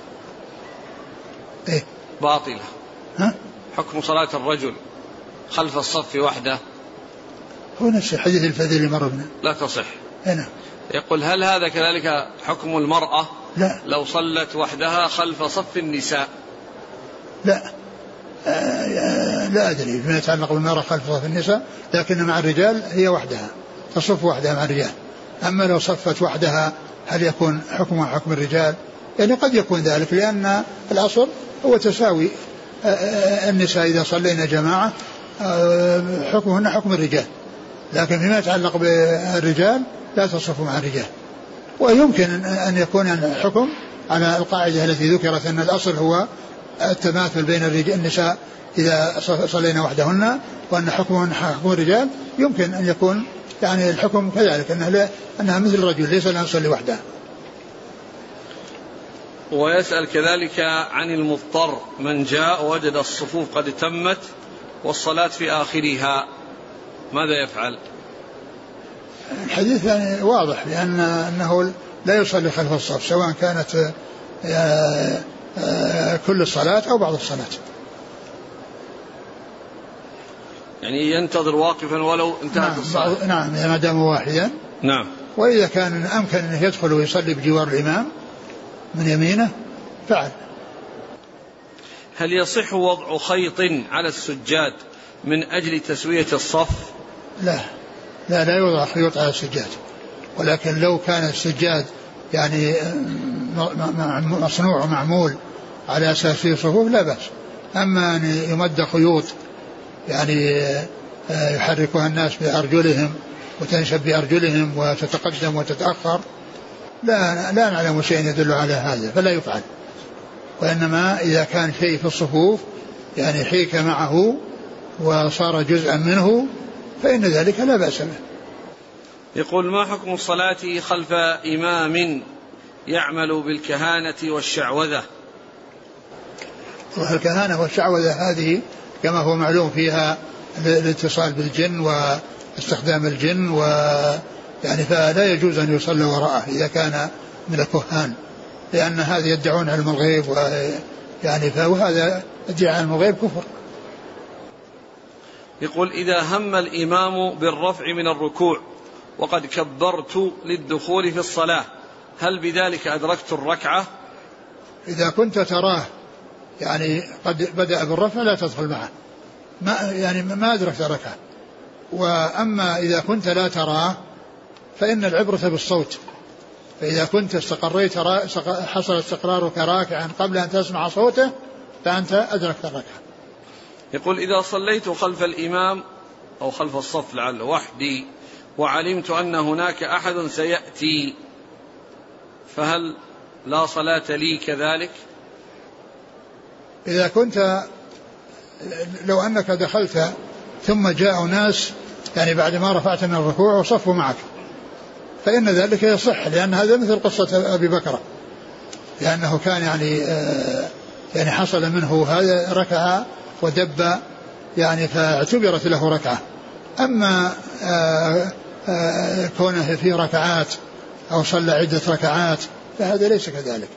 B: إيه؟
A: باطلة.
B: ها؟
A: حكم صلاة الرجل خلف الصف وحده
B: هو نفس الحديث الفذي اللي مر بنا
A: لا تصح.
B: هنا
A: يقول هل هذا كذلك حكم المرأة؟
B: لا،
A: لو صلت وحدها خلف صف النساء؟
B: لا آه لا أدري فيما يتعلق بالمرأة خلف صف النساء، لكن مع الرجال هي وحدها تصف وحدها مع الرجال. أما لو صفت وحدها هل يكون حكمها حكم الرجال؟ يعني قد يكون ذلك، لأن الأصل هو تساوي النساء إذا صلينا جماعة حكمهن حكم الرجال، لكن فيما يتعلق بالرجال لا تصف مع الرجال. ويمكن أن يكون الحكم على القاعدة التي ذكرت أن الأصل هو التماثل بين النساء إذا صلينا وحدهن، وأن حكمهن حكم الرجال. يمكن أن يكون يعني الحكم كذلك، أنها, أنها مثل الرجل ليس لها تصلي وحدها.
A: ويسأل كذلك عن المضطر من جاء وجد الصفوف قد تمت والصلاة في آخرها ماذا يفعل؟
B: الحديث يعني واضح، لأن أنه لا يصلي خلف الصف سواء كانت كل الصلاة أو بعض الصلاة،
A: يعني ينتظر واقفا ولو انتهت
B: نعم
A: الصلاة.
B: نعم ما دام واحدا.
A: نعم.
B: وإذا كان أمكن أن يدخل ويصلي بجوار الإمام من يمينه فعل.
A: هل يصح وضع خيط على السجاد من أجل تسوية الصف؟
B: لا لا لا يوضع خيوط على السجاد، ولكن لو كان السجاد يعني مصنوع ومعمول على أساس فيه صفوف لا بأس. أما أن يمد خيوط يعني يحركها الناس بأرجلهم وتنشب بأرجلهم وتتقدم وتتأخر، لا لا نعلم شيء يدل على هذا فلا يفعل. وإنما إذا كان شيء في الصفوف يعني حيك معه وصار جزءا منه فإن ذلك لا بأس به.
A: يقول ما حكم الصلاة خلف إمام يعمل بالكهانة والشعوذة؟
B: الكهانة والشعوذة هذه كما هو معلوم فيها الاتصال بالجن واستخدام الجن، و يعني فلا يجوز أن يصلى وراءه إذا كان من الكهان، لأن هذا يدعون علم الغيب، ويعني فهذا ادعاء علم الغيب كفر.
A: يقول إذا هم الإمام بالرفع من الركوع وقد كبرت للدخول في الصلاة هل بذلك أدركت الركعة؟
B: إذا كنت تراه يعني قد بدأ بالرفع لا تدخل معه، ما يعني ما أدركت الركعة. وأما إذا كنت لا تراه فإن العبرة بالصوت، فإذا كنت استقريت حصل استقرارك راكعا قبل أن تسمع صوته فأنت أدركت الركعة.
A: يقول إذا صليت خلف الإمام أو خلف الصف لعل وحدي وعلمت أن هناك أحد سيأتي فهل لا صلاة لي كذلك؟
B: إذا كنت لو أنك دخلت ثم جاء ناس يعني بعد ما رفعت من الركوع وصفوا معك فإن ذلك يصح، لأن هذا مثل قصة أبي بكر، لأنه كان يعني آه يعني حصل منه هذا ركعة ودب يعني فاعتبرت له ركعة. أما آه آه كونه في ركعات أو صلى عدة ركعات فهذا ليس كذلك.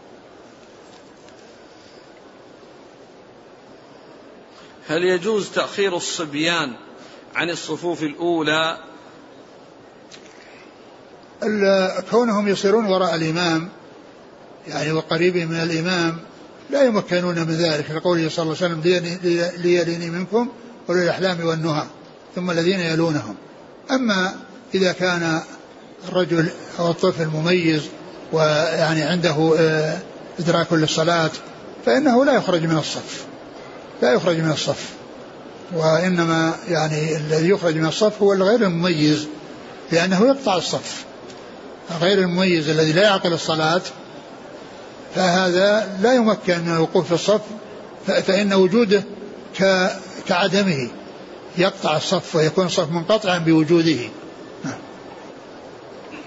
A: هل يجوز تأخير الصبيان عن الصفوف الأولى؟
B: كونهم يصيرون وراء الإمام يعني وقريبين من الإمام لا يمكنون من ذلك، لقوله صلى الله عليه وسلم ليليني منكم أولو الأحلام والنهى ثم الذين يلونهم. أما إذا كان الرجل أو الطفل مميز ويعني عنده إدراك للصلاة فإنه لا يخرج من الصف لا يخرج من الصف وإنما يعني الذي يخرج من الصف هو الغير المميز، لأنه يقطع الصف. غير المميز الذي لا يعقل الصلاة فهذا لا يمكن من الوقوف في الصف، فإن وجوده كعدمه يقطع الصف ويكون الصف منقطعا بوجوده.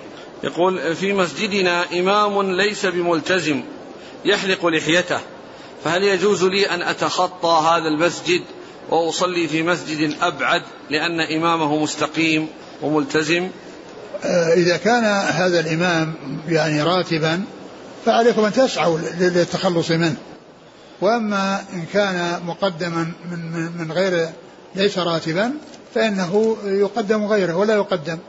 A: يقول في مسجدنا إمام ليس بملتزم يحلق لحيته فهل يجوز لي أن أتخطى هذا المسجد وأصلي في مسجد أبعد لأن إمامه مستقيم وملتزم؟
B: إذا كان هذا الإمام يعني راتبا فعليكم أن تسعوا للتخلص منه، وأما إن كان مقدما من, من غير ليس راتبا فإنه يقدم غيره ولا يقدم.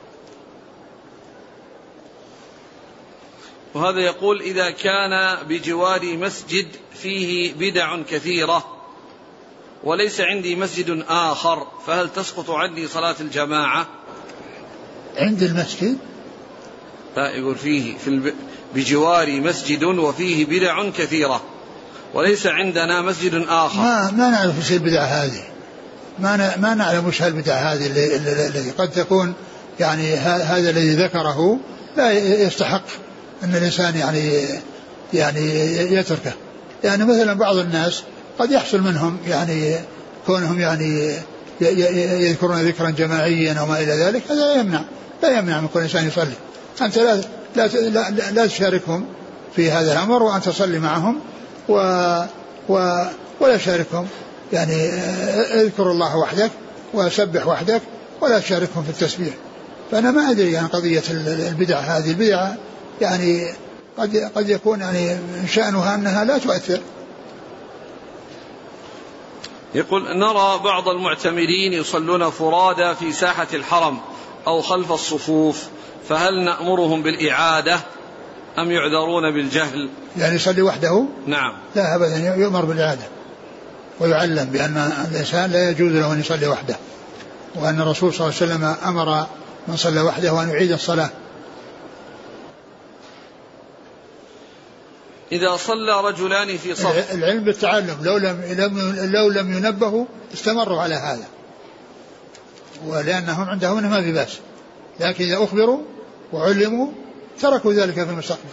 A: وهذا يقول: إذا كان بجواري مسجد فيه بدع كثيرة وليس عندي مسجد آخر فهل تسقط عني صلاة الجماعة؟
B: عند المسجد؟
A: لا، يقول فيه في الب... بجواري مسجد وفيه بدع كثيرة وليس عندنا مسجد آخر.
B: ما ما نعرف ايش البدع هذه، ما ن... ما نعلم ايش البدع هذه التي قد تكون يعني هذا الذي ذكره لا يستحق أن الإنسان يعني يعني يتركه. يعني مثلا بعض الناس قد يحصل منهم يعني كونهم يعني يذكرون ذكرا جماعيا وما إلى ذلك، هذا لا يمنع لا يمنع من كل إنسان يصلي. أنت لا لا لا, لا تشاركهم في هذا الأمر وأن تصلي معهم و و ولا تشاركهم، يعني اذكر الله وحدك وسبح وحدك ولا تشاركهم في التسبيح. فأنا ما أدري عن قضية البدع هذه. البدع يعني قد قد يكون يعني شأنها أنها لا تؤثر.
A: يقول: نرى بعض المعتمرين يصلون فرادى في ساحة الحرم أو خلف الصفوف، فهل نأمرهم بالإعادة أم يعذرون بالجهل؟
B: يعني يصلي وحده؟
A: نعم.
B: لا أبدا، يؤمر بالإعادة ويعلم بأن الإنسان لا يجوز له أن يصلي وحده، وأن الرسول صلى الله عليه وسلم أمر من صلى وحده أن يعيد الصلاة.
A: إذا صلى رجلان في صف،
B: العلم بالتعلم، لو لم لو لم ينبهوا استمروا على هذا، ولأنهم عندهم ما في بأس، لكن إذا أخبروا وعلموا تركوا ذلك في المستقبل.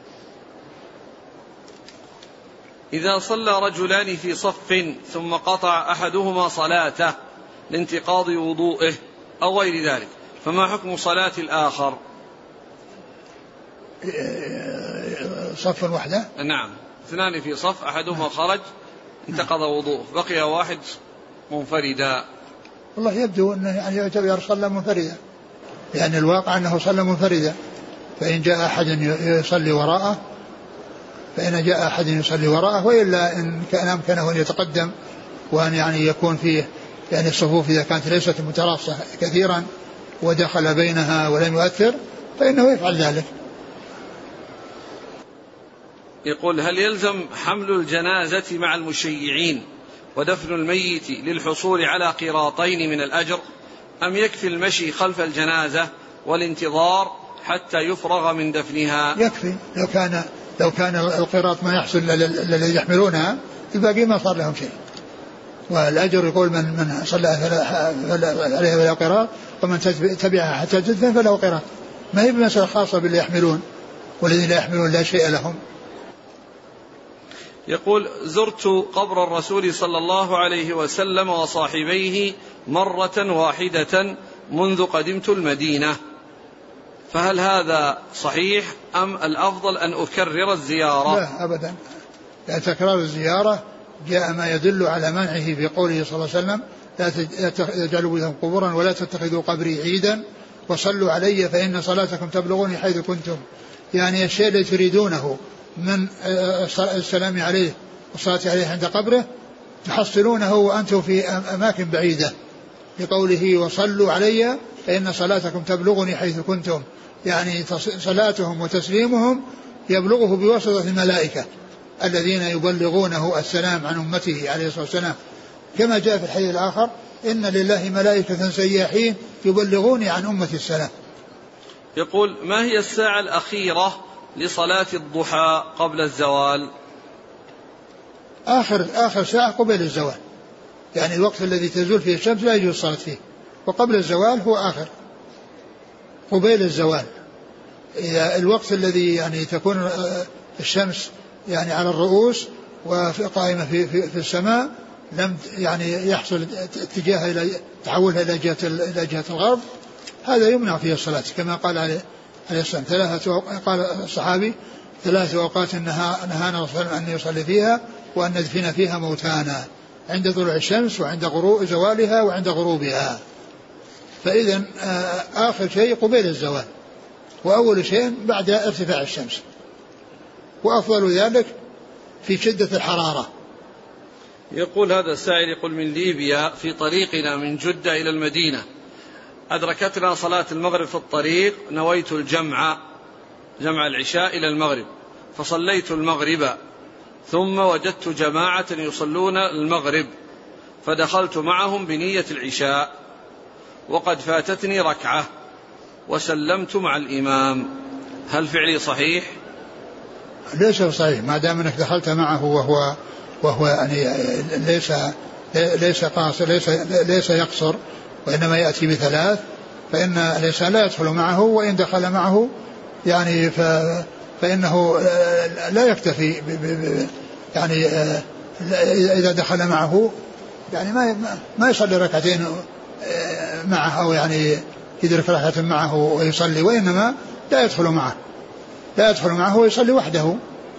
A: إذا صلى رجلان في صف ثم قطع أحدهما صلاته لانتقاض وضوئه أو غير ذلك، فما حكم صلاة الآخر؟
B: صف وحده؟
A: نعم، اثنان في صف، أحدهما خرج انتقض وضوءه، بقي واحد منفردا.
B: والله يبدو أنه يعني يعتبر صلى منفردا، لأن الواقع أنه صلى منفردا، فإن جاء أحد يصلي وراءه فإن جاء أحد يصلي وراءه، وإلا إن كان أمكنه أن يتقدم وأن يعني يكون فيه يعني الصفوف إذا كانت ليست متراصة كثيرا ودخل بينها ولم يؤثر فإنه يفعل ذلك.
A: يقول: هل يلزم حمل الجنازة مع المشيعين ودفن الميت للحصول على قيراطين من الأجر، أم يكفي المشي خلف الجنازة والانتظار حتى يفرغ من دفنها؟
B: يكفي، لو كان لو كان القيراط ما يحصل الذي يحملونها الباقي ما صار لهم شيء، والأجر يقول من من صلى عليه فله قيراط ومن تبعها حتى تدفن فله قيراط. ما هي بمسألة خاصة باللي يحملون، والذين لا يحملون لا شيء لهم.
A: يقول: زرت قبر الرسول صلى الله عليه وسلم وصاحبيه مرة واحدة منذ قدمت المدينة، فهل هذا صحيح أم الأفضل أن أكرر الزيارة؟
B: لا أبدا، لا تكرار الزيارة، جاء ما يدل على منعه في قوله صلى الله عليه وسلم: لا تجعلوا بيوتكم قبورا ولا تتخذوا قبري عيدا وصلوا علي فإن صلاتكم تبلغوني حيث كنتم. يعني الشيء الذي تريدونه من السلام عليه والصلاة عليه عند قبره تحصلونه وأنتم في أماكن بعيدة، لقوله وصلوا علي فإن صلاتكم تبلغني حيث كنتم، يعني صلاتهم وتسليمهم يبلغه بواسطة الملائكة الذين يبلغونه السلام عن أمته عليه الصلاة والسلام، كما جاء في الحديث الآخر: إن لله ملائكة سياحين يبلغوني عن أمتي السلام.
A: يقول: ما هي الساعة الأخيرة لصلاة الضحى قبل الزوال؟
B: آخر آخر ساعة قبل الزوال، يعني الوقت الذي تزول فيه الشمس لا يجوز الصلاة فيه، وقبل الزوال هو آخر قبيل الزوال. إذا الوقت الذي يعني تكون الشمس يعني على الرؤوس وقائمة في, في, في السماء لم يعني يحصل اتجاه إلى تحولها إلى جهة إلى جهة الغرب، هذا يمنع فيه الصلاة، كما قال عليه عليه السلام: ثلاثة قال الصحابي: ثلاث أوقات نهانا الرسول أن يصلي فيها وأن ندفن فيها موتانا عند طلوع الشمس وعند غروب زوالها وعند غروبها. فإذا آخر شيء قبيل الزوال، وأول شيء بعد ارتفاع الشمس، وأفضل ذلك في شدة الحرارة.
A: يقول هذا السائل، يقول من ليبيا في طريقنا من جدة إلى المدينة أدركتنا صلاة المغرب في الطريق، نويت الجمع جمع العشاء إلى المغرب، فصليت المغرب ثم وجدت جماعة يصلون المغرب فدخلت معهم بنية العشاء وقد فاتتني ركعة وسلمت مع الإمام، هل فعلي صحيح؟
B: ليس صحيح ما دام أنك دخلت معه وهو وهو يعني ليس ليس قاصر ليس ليس يقصر وإنما يأتي بثلاث، فإن الإنسان لا يدخل معه، وإن دخل معه يعني ف فإنه لا يكتفي ب ب يعني إذا دخل معه يعني ما ما يصلي ركعتين معه أو يعني يدرك ركعة معه ويصلي، وإنما لا يدخل معه لا يدخل معه ويصلي وحده.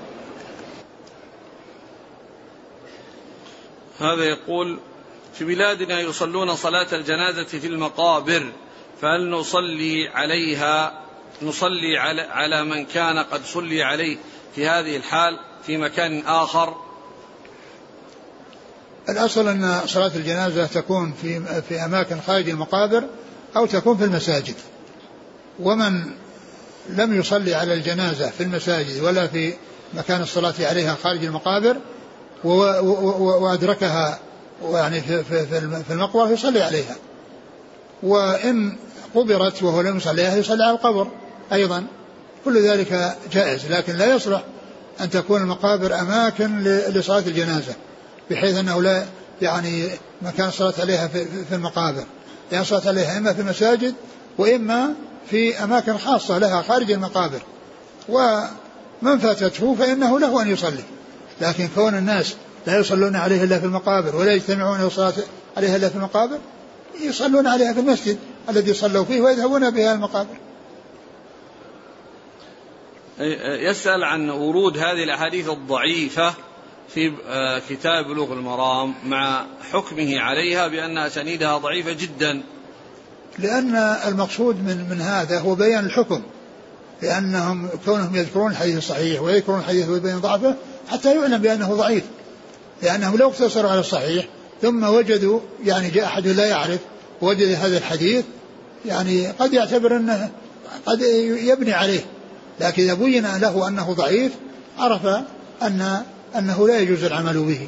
A: هذا يقول في بلادنا يصلون صلاة الجنازة في المقابر، فهل نصلي عليها نصلي على, على من كان قد صلي عليه في هذه الحال في مكان آخر؟
B: الأصل أن صلاة الجنازة تكون في, في أماكن خارج المقابر أو تكون في المساجد، ومن لم يصلي على الجنازة في المساجد ولا في مكان الصلاة عليها خارج المقابر وأدركها يعني في, في, في المقبرة يصلي عليها، وإن قبرت وهو لم يصلي عليها يصلي على القبر أيضا، كل ذلك جائز، لكن لا يصلح أن تكون المقابر أماكن لصلاة الجنازة بحيث أنه لا يعني مكان الصلاة عليها في, في المقابر، لأن الصلاة عليها إما في المساجد وإما في أماكن خاصة لها خارج المقابر، ومن فاتته فإنه له أن يصلي، لكن كون الناس لا يصلون عليه إلا في المقابر ولا يجتمعون الصلاة عليها إلا في المقابر يصلون عليها في المسجد الذي صلوا فيه ويذهبون بها المقابر.
A: يسأل عن ورود هذه الأحاديث الضعيفة في كتاب بلوغ المرام مع حكمه عليها بأن أسانيدها ضعيفة جدا،
B: لأن المقصود من, من هذا هو بيان الحكم، لأنهم كونهم يذكرون الحديث الصحيح ويذكرون الحديث ويبين ضعفه حتى يعلم بأنه ضعيف، لأنهم لو اقتصروا على الصحيح ثم وجدوا يعني جاء أحد لا يعرف وجد هذا الحديث يعني قد يعتبر أنه قد يبني عليه، لكن إذا بين له أنه ضعيف عرف أن أنه لا يجوز العمل به.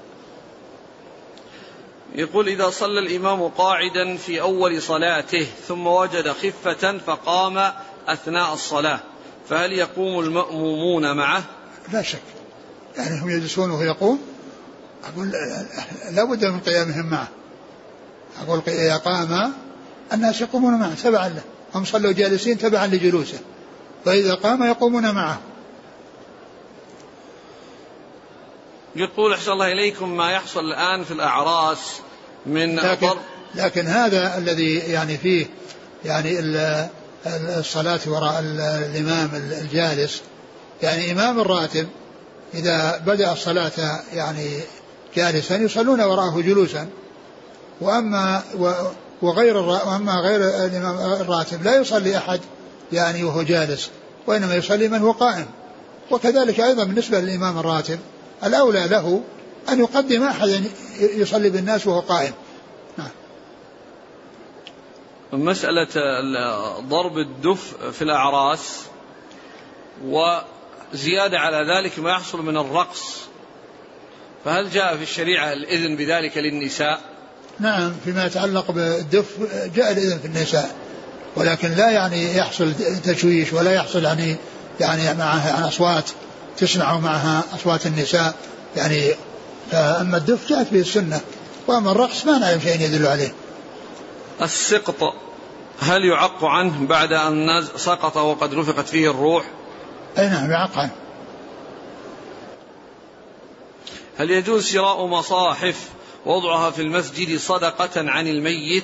A: يقول إذا صلى الإمام قاعدا في أول صلاته ثم وجد خفة فقام أثناء الصلاة، فهل يقوم المأمومون معه؟
B: لا شك، يعني هم يجلسون وهو يقوم، أقول لا بد من قيامهم معه، أقول إذا قام الناس يقومون معه تبعا له، هم صلوا جالسين تبعا لجلوسه، فإذا قام يقومون معه.
A: يقول أحسن الله إليكم ما يحصل الآن في الأعراس من
B: لكن, لكن هذا الذي يعني فيه يعني الصلاة وراء الإمام الجالس، يعني إمام الراتب إذا بدأ الصلاة يعني جالسا يصلون وراءه جلوسا، وأما وغير وأما غير الإمام الراتب لا يصلي أحد يعني وهو جالس، وإنما يصلي من هو قائم، وكذلك أيضا بالنسبة للإمام الراتب الأولى له أن يقدم أحد يصلي بالناس وهو قائم. نعم.
A: مسألة ضرب الدف في الأعراس وزيادة على ذلك ما يحصل من الرقص، فهل جاء في الشريعة الإذن بذلك للنساء؟
B: نعم، فيما يتعلق بالدف جاء الإذن في النساء، ولكن لا يعني يحصل تشويش ولا يحصل يعني يعني معها أصوات تسمع معها أصوات النساء يعني. أما الدف جاءت به السنة، وأما الرقص ما نعلم شيء يدل عليه.
A: السقط هل يعق عنه بعد أن سقط وقد رفقت فيه الروح؟
B: أي نعم يعق عنه.
A: هل يجوز شراء مصاحف ووضعها في المسجد صدقة عن الميت؟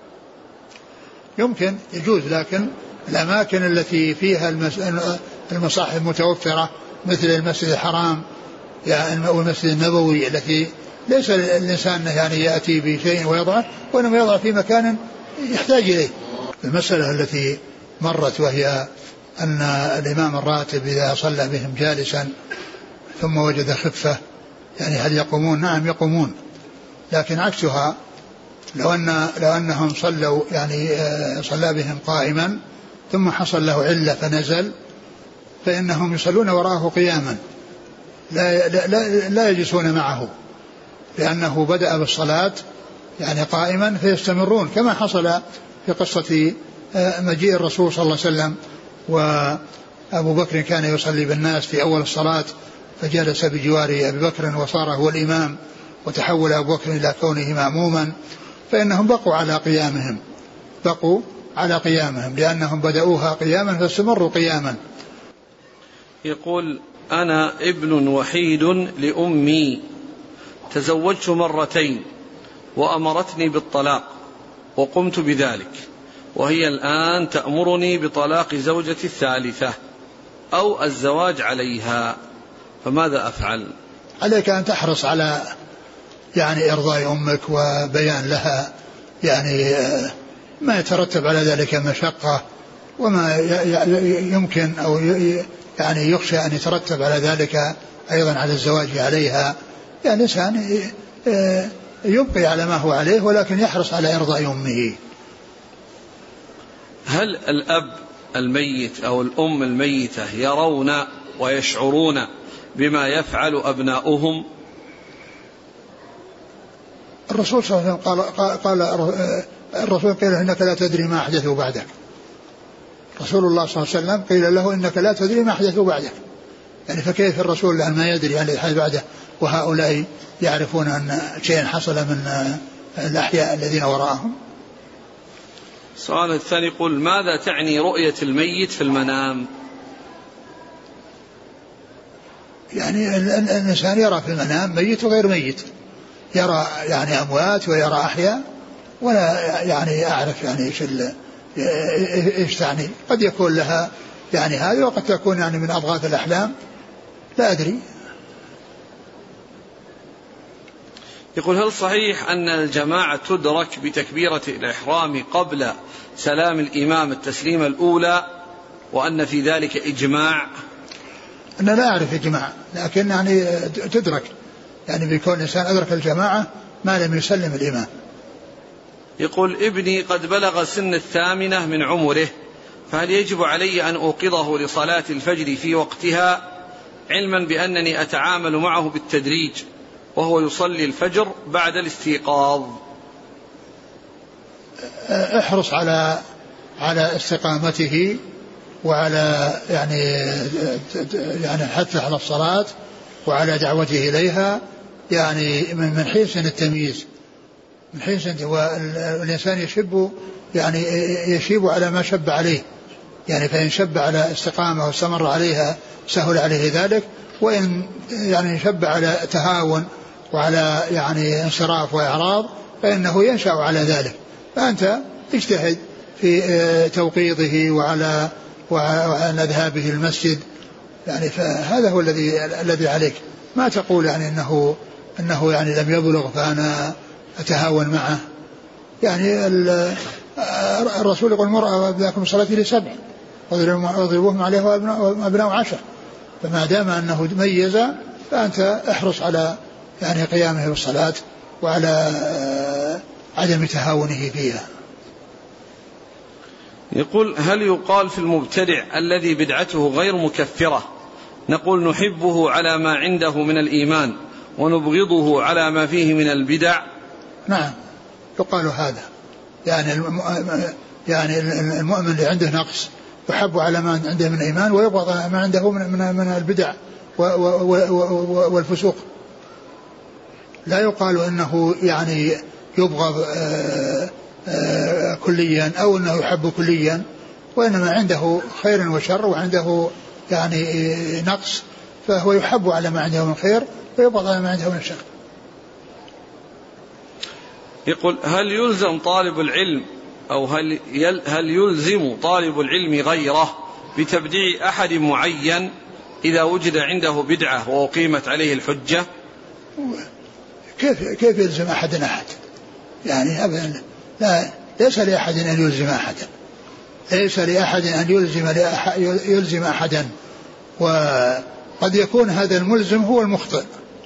B: يمكن يجوز، لكن الأماكن التي فيها المصاحف متوفرة مثل المسجد الحرام يعني والمسجد النبوي التي ليس الإنسان يعني يأتي بشيء ويضعه، وإنما يضع في مكان يحتاج إليه. المسألة التي مرت وهي أن الإمام الراتب إذا صلى بهم جالسا ثم وجد خفة يعني هل يقومون؟ نعم يقومون، لكن عكسها لو أن لو أنهم صلوا يعني صلى بهم قائما ثم حصل له علة فنزل فإنهم يصلون وراءه قياما لا, لا, لا, لا يجلسون معه، لأنه بدأ بالصلاة يعني قائما فيستمرون، كما حصل في قصة مجيء الرسول صلى الله عليه وسلم وأبو بكر كان يصلي بالناس في أول الصلاة فجلس بجوار أبي بكر وصار هو الإمام وتحول أبو بكر إلى كونه مأموما، فإنهم بقوا على قيامهم بقوا على قيامهم لأنهم بدأوها قياما فاستمروا قياما.
A: يقول أنا ابن وحيد لأمي تزوجت مرتين وأمرتني بالطلاق وقمت بذلك، وهي الآن تأمرني بطلاق زوجتي الثالثة أو الزواج عليها، فماذا أفعل؟
B: عليك أن تحرص على يعني إرضاء أمك وبيان لها يعني ما يترتب على ذلك مشقة وما يمكن أو يعني يخشى أن يترتب على ذلك أيضا على الزواج عليها. يعني الإنسان يبقي على ما هو عليه ولكن يحرص على إرضاء أمه.
A: هل الأب الميت أو الأم الميتة يرون ويشعرون بما يفعل أبناؤهم؟
B: الرسول صلى الله عليه وسلم قال, قال الرسول قيل إنك لا تدري ما أحدثوا بعدك. رسول الله صلى الله عليه وسلم قيل له إنك لا تدري ما أحدثوا بعدك، يعني فكيف الرسول لأن ما يدري عن الحدث بعده وهؤلاء يعرفون أن شيئا حصل من الأحياء الذين وراءهم.
A: السؤال الثاني يقول ماذا تعني رؤية الميت في المنام؟
B: يعني الإنسان يرى في المنام ميت وغير ميت، يرى يعني أموات ويرى أحياء، ولا يعني أعرف يعني إيش إيش تعني، قد يكون لها يعني هذه وقد تكون يعني من أضغاث الأحلام لا أدري.
A: يقول هل صحيح أن الجماعة تدرك بتكبيرة الإحرام قبل سلام الإمام التسليمة الأولى وأن في ذلك إجماع؟
B: أنا لا أعرف إجماع لكن يعني تدرك، يعني بيكون الإنسان أدرك الجماعة ما لم يسلم الإمام.
A: يقول ابني قد بلغ سن الثامنة من عمره، فهل يجب علي أن أوقظه لصلاة الفجر في وقتها علما بأنني أتعامل معه بالتدريج وهو يصلي الفجر بعد الاستيقاظ؟
B: احرص على على استقامته وعلى يعني يعني حثه على الصلاة وعلى دعوته إليها، يعني من حين سن التمييز، من حين سن والإنسان يشب يعني يشيب على ما شب عليه، يعني فإن شب على استقامة واستمر عليها سهل عليه ذلك، وإن يعني شب على تهاون وعلى يعني انصراف وإعراض فإنه ينشأ على ذلك. فأنت اجتهد في توقيضه وعلى وعلى ذهابه المسجد، يعني فهذا هو الذي الذي عليك، ما تقول يعني انه انه يعني لم يبلغ فانا اتهاون معه. يعني الرسول يقول مر ابناءكم الصلاة لسبع واضربوهم عليه وابناء عشر، فما دام انه ميز فانت احرص على يعني قيامه بالصلاة وعلى عدم تهاونه فيها.
A: يقول هل يقال في المبتدع الذي بدعته غير مكفرة نقول نحبه على ما عنده من الإيمان ونبغضه على ما فيه من البدع؟
B: نعم يقال هذا، يعني يعني المؤمن اللي عنده نقص يحب على ما عنده من الإيمان ويبغض على ما عنده من من البدع والفسوق. لا يقال انه يعني يبغض آه كليا أو أنه يحب كليا، وإنما عنده خير وشر وعنده يعني نقص، فهو يحب على ما عنده من خير ويبغض على ما عنده من شر.
A: يقول هل يلزم طالب العلم أو هل, يل هل يلزم طالب العلم غيره بتبديع أحد معين إذا وجد عنده بدعة وأقيمت عليه الحجة؟
B: كيف كيف يلزم أحد أحد؟ يعني أبدا لا، ليس لأحد أن يلزم أحدا، ليس لأحد أن يلزم يلزم أحدا، وقد يكون هذا الملزم هو المخطئ.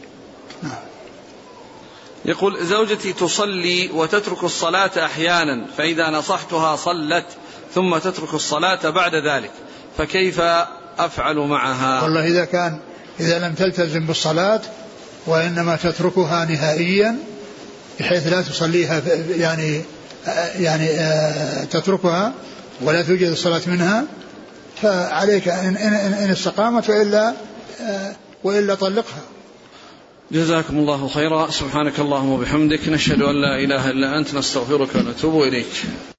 A: يقول زوجتي تصلي وتترك الصلاة أحيانا، فإذا نصحتها صلت ثم تترك الصلاة بعد ذلك، فكيف أفعل معها؟
B: والله إذا كان إذا لم تلتزم بالصلاة وإنما تتركها نهائيا بحيث لا تصليها يعني يعني تتركها ولا توجد الصلاة منها، فعليك إن, إن, إن استقامت، وإلا وإلا طلقها.
A: جزاكم الله خيرا. سبحانك اللهم وبحمدك، نشهد أن لا إله إلا أنت، نستغفرك ونتوب إليك.